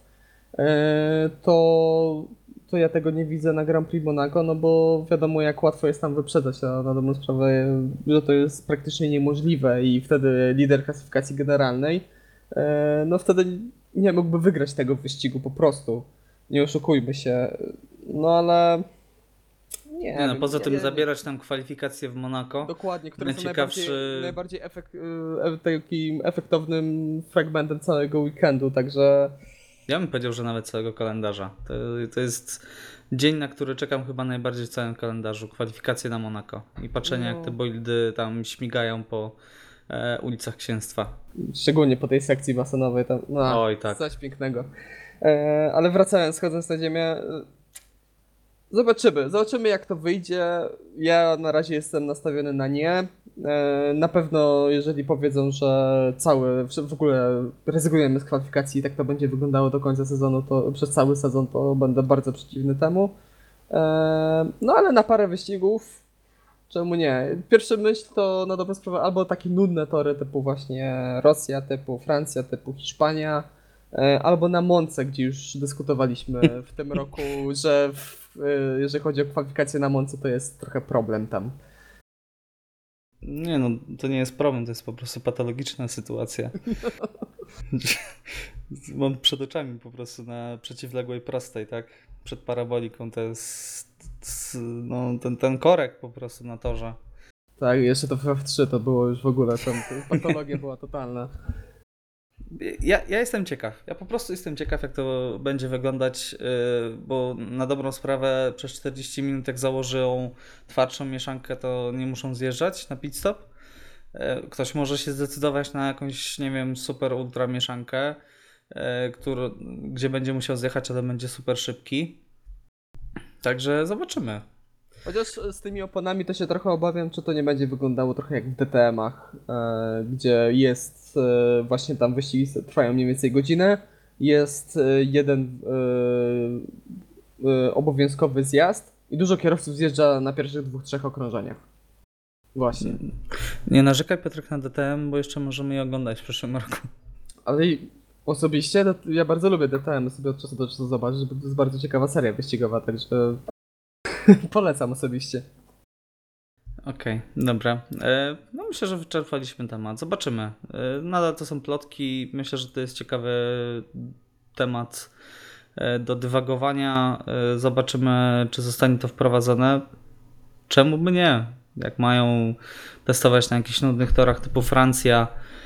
to ja tego nie widzę na Grand Prix Monaco, no bo wiadomo jak łatwo jest tam wyprzedzać, a na dobrą sprawę, że to jest praktycznie niemożliwe i wtedy lider klasyfikacji generalnej, no wtedy nie mógłby wygrać tego wyścigu po prostu. Nie oszukujmy się. No ale... Nie no, poza tym zabierać tam kwalifikacje w Monako. Dokładnie, które są najciekawszy... najbardziej takim efektownym fragmentem całego weekendu, także... Ja bym powiedział, że nawet całego kalendarza. To jest dzień, na który czekam chyba najbardziej w całym kalendarzu. Kwalifikacje na Monako i patrzenie jak te bolidy tam śmigają po ulicach księstwa. Szczególnie po tej sekcji basenowej. Tam, no, oj tak. Coś pięknego. Ale wracając, schodząc na ziemię... Zobaczymy jak to wyjdzie. Ja na razie jestem nastawiony na nie. Na pewno jeżeli powiedzą, że w ogóle rezygnujemy z kwalifikacji i tak to będzie wyglądało do końca sezonu, to przez cały sezon to będę bardzo przeciwny temu. No ale na parę wyścigów, czemu nie? Pierwsza myśl to na dobrą sprawę albo takie nudne tory typu właśnie Rosja, typu Francja, typu Hiszpania, albo na Monce, gdzie już dyskutowaliśmy w tym roku, że jeżeli chodzi o kwalifikację na Monce, to jest trochę problem tam. Nie no, to nie jest problem, to jest po prostu patologiczna sytuacja. Mam przed oczami po prostu na przeciwległej prostej, tak? Przed paraboliką to jest no, ten korek po prostu na torze. Tak, jeszcze to w F3 to było już w ogóle, tam patologia była totalna. Ja jestem ciekaw. Ja po prostu jestem ciekaw, jak to będzie wyglądać, bo na dobrą sprawę przez 40 minut, jak założą twardszą mieszankę, to nie muszą zjeżdżać na pit stop. Ktoś może się zdecydować na jakąś, nie wiem, super ultra mieszankę, gdzie będzie musiał zjechać, ale będzie super szybki. Także zobaczymy. Chociaż z tymi oponami to się trochę obawiam, czy to nie będzie wyglądało trochę jak w DTM-ach, gdzie jest właśnie tam wyścigi trwają mniej więcej godzinę, jest jeden obowiązkowy zjazd i dużo kierowców zjeżdża na pierwszych 2-3 okrążeniach. Właśnie. Nie narzekaj, Piotrek, na DTM, bo jeszcze możemy je oglądać w przyszłym roku. Ale osobiście ja bardzo lubię DTM, sobie od czasu do czasu zobaczyć, bo to jest bardzo ciekawa seria wyścigowa, także polecam osobiście. Okej, dobra. No myślę, że wyczerpaliśmy temat. Zobaczymy. Nadal to są plotki. Myślę, że to jest ciekawy temat do dywagowania. Zobaczymy, czy zostanie to wprowadzone. Czemu by nie? Jak mają testować na jakichś nudnych torach typu Francja,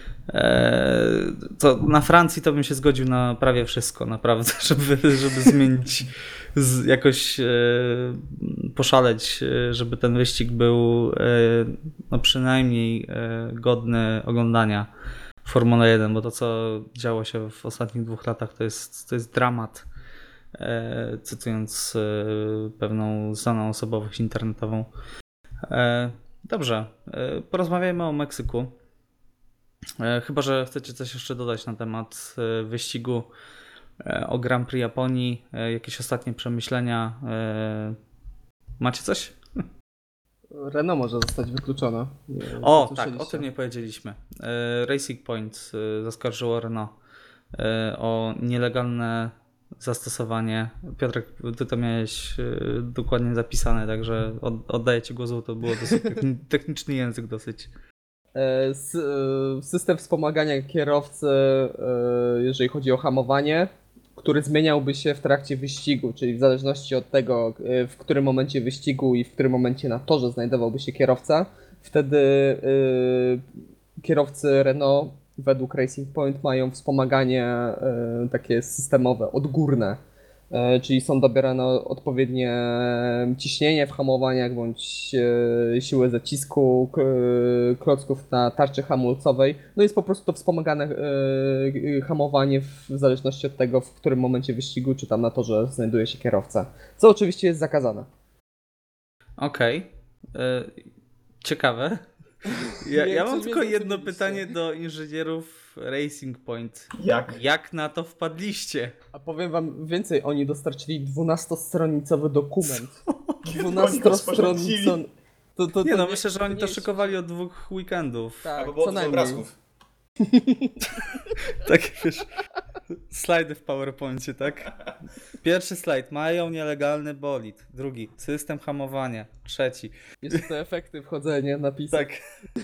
to na Francji to bym się zgodził na prawie wszystko, naprawdę, żeby zmienić, jakoś poszaleć, żeby ten wyścig był no przynajmniej godny oglądania w Formule 1, bo to, co działo się w ostatnich 2 latach, to jest dramat, cytując pewną znaną osobowość internetową. Dobrze, porozmawiajmy o Meksyku. Chyba że chcecie coś jeszcze dodać na temat wyścigu, o Grand Prix Japonii, jakieś ostatnie przemyślenia. Macie coś? Renault może zostać wykluczone. O, tak, o tym nie powiedzieliśmy. Racing Point zaskarżyło Renault o nielegalne zastosowanie. Piotrek, ty to miałeś dokładnie zapisane, także oddaję ci głos, bo to było dosyć techniczny język dosyć. System wspomagania kierowcy, jeżeli chodzi o hamowanie, który zmieniałby się w trakcie wyścigu, czyli w zależności od tego, w którym momencie wyścigu i w którym momencie na torze znajdowałby się kierowca, wtedy kierowcy Renault według Racing Point mają wspomaganie takie systemowe, odgórne, czyli są dobierane odpowiednie ciśnienie w hamowaniach bądź siłę zacisku klocków na tarczy hamulcowej. No jest po prostu to wspomagane hamowanie w zależności od tego, w którym momencie wyścigu czy tam na torze znajduje się kierowca, co oczywiście jest zakazane. Okej. Ciekawe. Ja mam tylko jedno pytanie do inżynierów Racing Point. Jak na to wpadliście? A powiem wam więcej, oni dostarczyli 12-stronicowy dokument. Kiedy oni go sporządzili? 12-stronicowy. Nie no, myślę, że oni to szykowali od 2 weekendów. Tak, Albo było co dużo najmniej. obrazków. Tak, wiesz, slajdy w PowerPoincie, tak? Pierwszy slajd, mają nielegalny bolid. Drugi, system hamowania. Trzeci. Jeszcze te efekty wchodzenia, napisy. Tak.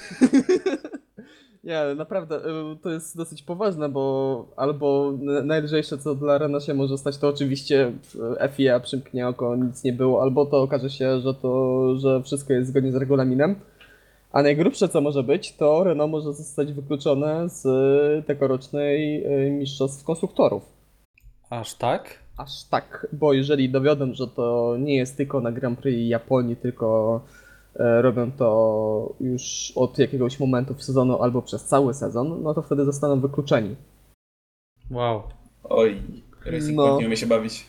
Nie, ale naprawdę to jest dosyć poważne, bo albo najlżejsze co dla Renault się może stać, to oczywiście FIA przymknie oko, nic nie było, albo to okaże się, że wszystko jest zgodnie z regulaminem. A najgrubsze co może być, to Renault może zostać wykluczone z tegorocznej mistrzostw konstruktorów. Aż tak? Aż tak, bo jeżeli dowiodą, że to nie jest tylko na Grand Prix Japonii, tylko robią to już od jakiegoś momentu w sezonu albo przez cały sezon, no to wtedy zostaną wykluczeni. Wow. Oj, Racing Point nie umie się bawić.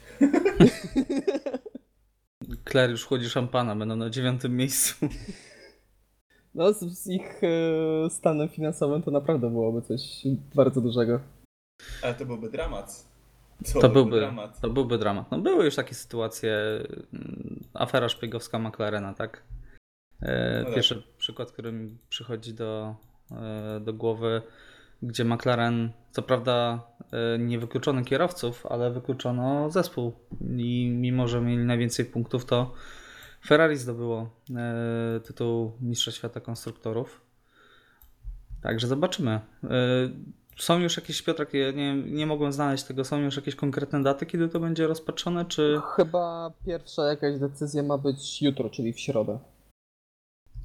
Claire już chłodzi szampana, będą na 9. miejscu. No z ich stanem finansowym to naprawdę byłoby coś bardzo dużego. Ale to byłby dramat. To byłby dramat. No były już takie sytuacje, afera szpiegowska McLarena, tak? Pierwszy przykład, który mi przychodzi do głowy, gdzie McLaren, co prawda nie wykluczono kierowców, ale wykluczono zespół i mimo, że mieli najwięcej punktów, to Ferrari zdobyło tytuł Mistrza Świata Konstruktorów. Także zobaczymy. Są już jakieś, Piotrek, nie mogłem znaleźć tego, są już jakieś konkretne daty, kiedy to będzie rozpatrzone, czy... Chyba pierwsza jakaś decyzja ma być jutro, czyli w środę.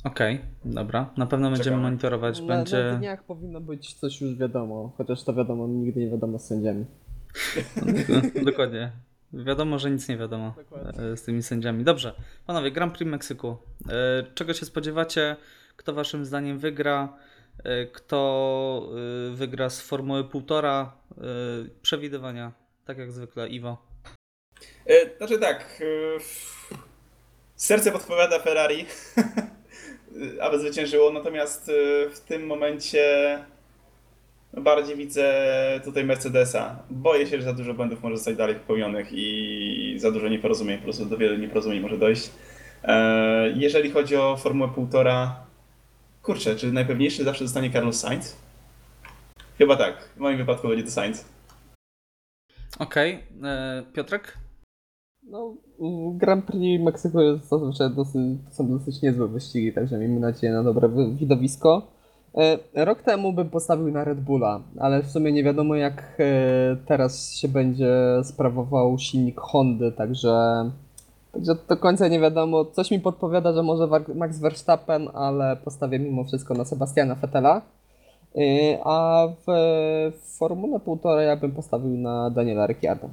Okej, dobra. Na pewno będziemy Czekamy. monitorować. Na Będzie... dniach powinno być coś już wiadomo, chociaż to wiadomo, nigdy nie wiadomo z sędziami. Dokładnie. Wiadomo, że nic nie wiadomo z tymi sędziami. Dobrze, panowie, Grand Prix Meksyku. Czego się spodziewacie? Kto waszym zdaniem wygra? Kto wygra z Formuły 1,5? Przewidywania, tak jak zwykle, Iwo. Znaczy tak, serce podpowiada Ferrari, aby zwyciężyło, natomiast w tym momencie bardziej widzę tutaj Mercedesa. Boję się, że za dużo błędów może zostać dalej popełnionych i za dużo nieporozumień, po prostu do wielu nieporozumień może dojść. Jeżeli chodzi o Formułę 1,5, kurczę, czy najpewniejszy zawsze zostanie Carlos Sainz? Chyba tak, w moim wypadku będzie to Sainz. Okej, Piotrek? No, Grand Prix Meksyku jest zazwyczaj są dosyć niezłe wyścigi, także miejmy nadzieję na dobre widowisko. Rok temu bym postawił na Red Bulla, ale w sumie nie wiadomo jak teraz się będzie sprawował silnik Hondy, także do końca nie wiadomo. Coś mi podpowiada, że może Max Verstappen, ale postawię mimo wszystko na Sebastiana Vettela. A w Formule 1,5 ja bym postawił na Daniela Ricciarda.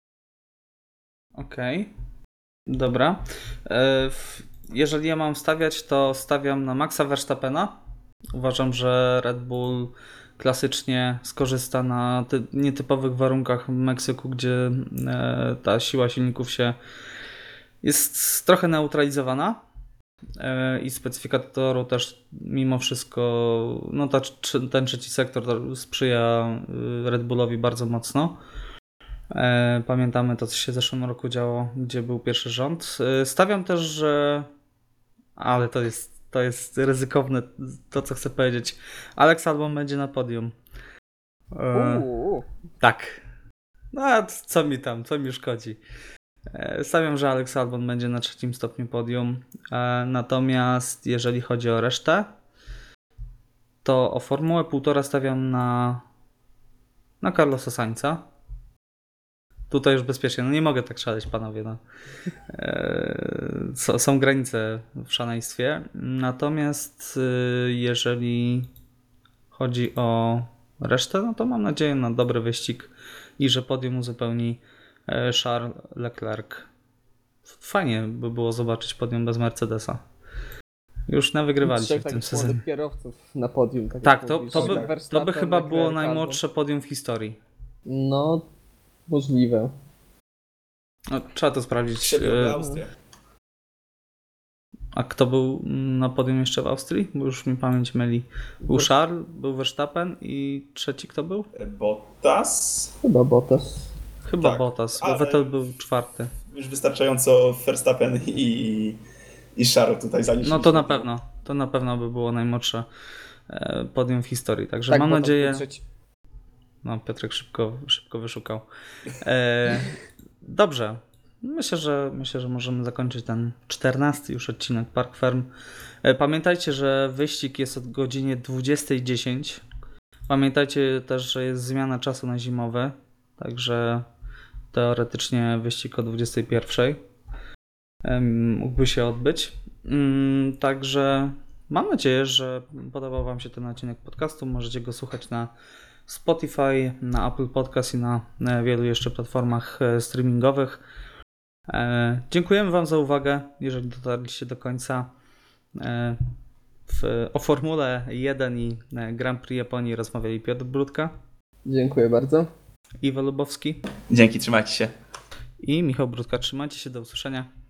Okej, dobra. Jeżeli ja mam stawiać, to stawiam na Maxa Verstappena. Uważam, że Red Bull klasycznie skorzysta na nietypowych warunkach w Meksyku, gdzie ta siła silników jest trochę neutralizowana i specyfikator toru też mimo wszystko, no ten trzeci sektor sprzyja Red Bullowi bardzo mocno. Pamiętamy to, co się w zeszłym roku działo, gdzie był pierwszy rząd. Stawiam też, że... Ale to jest ryzykowne, to co chcę powiedzieć. Alex Albon będzie na podium. Tak. No a co mi szkodzi. Stawiam, że Alex Albon będzie na 3. stopniu podium. Natomiast jeżeli chodzi o resztę, to o Formułę 1,5 stawiam na Carlosa Sainza. Tutaj już bezpiecznie. No nie mogę tak szaleć, panowie. No. Są granice w szaleństwie. Natomiast jeżeli chodzi o resztę, no to mam nadzieję na dobry wyścig i że podium uzupełni Charles Leclerc. Fajnie by było zobaczyć podium bez Mercedesa. Już nawygrywaliście w tym sezonie. Kierowców na podium. Tak, to by chyba było najmłodsze podium w historii. No, możliwe. No, trzeba to sprawdzić. Austria. A kto był na podium jeszcze w Austrii? Bo już mi pamięć myli. Był Charles, był Verstappen i trzeci kto był? Bottas? Chyba Bottas. Chyba tak, Bottas, bo Vettel był 4. Już wystarczająco Verstappen i Charles tutaj zaliczyli. No to na pewno by było najmłodsze podium w historii. Także tak, mam nadzieję... No, Piotrek szybko wyszukał. Dobrze. Myślę, że możemy zakończyć ten 14 już odcinek Park Ferm. Pamiętajcie, że wyścig jest od godzinie 20:10. Pamiętajcie też, że jest zmiana czasu na zimowy. Także teoretycznie wyścig o 21:00 mógłby się odbyć. Także mam nadzieję, że podobał wam się ten odcinek podcastu. Możecie go słuchać na Spotify, na Apple Podcast i na wielu jeszcze platformach streamingowych. Dziękujemy wam za uwagę, jeżeli dotarliście do końca. O Formule 1 i Grand Prix Japonii rozmawiali Piotr Brudka. Dziękuję bardzo. Iwo Lubowski. Dzięki, trzymajcie się. I Michał Brudka. Trzymajcie się, do usłyszenia.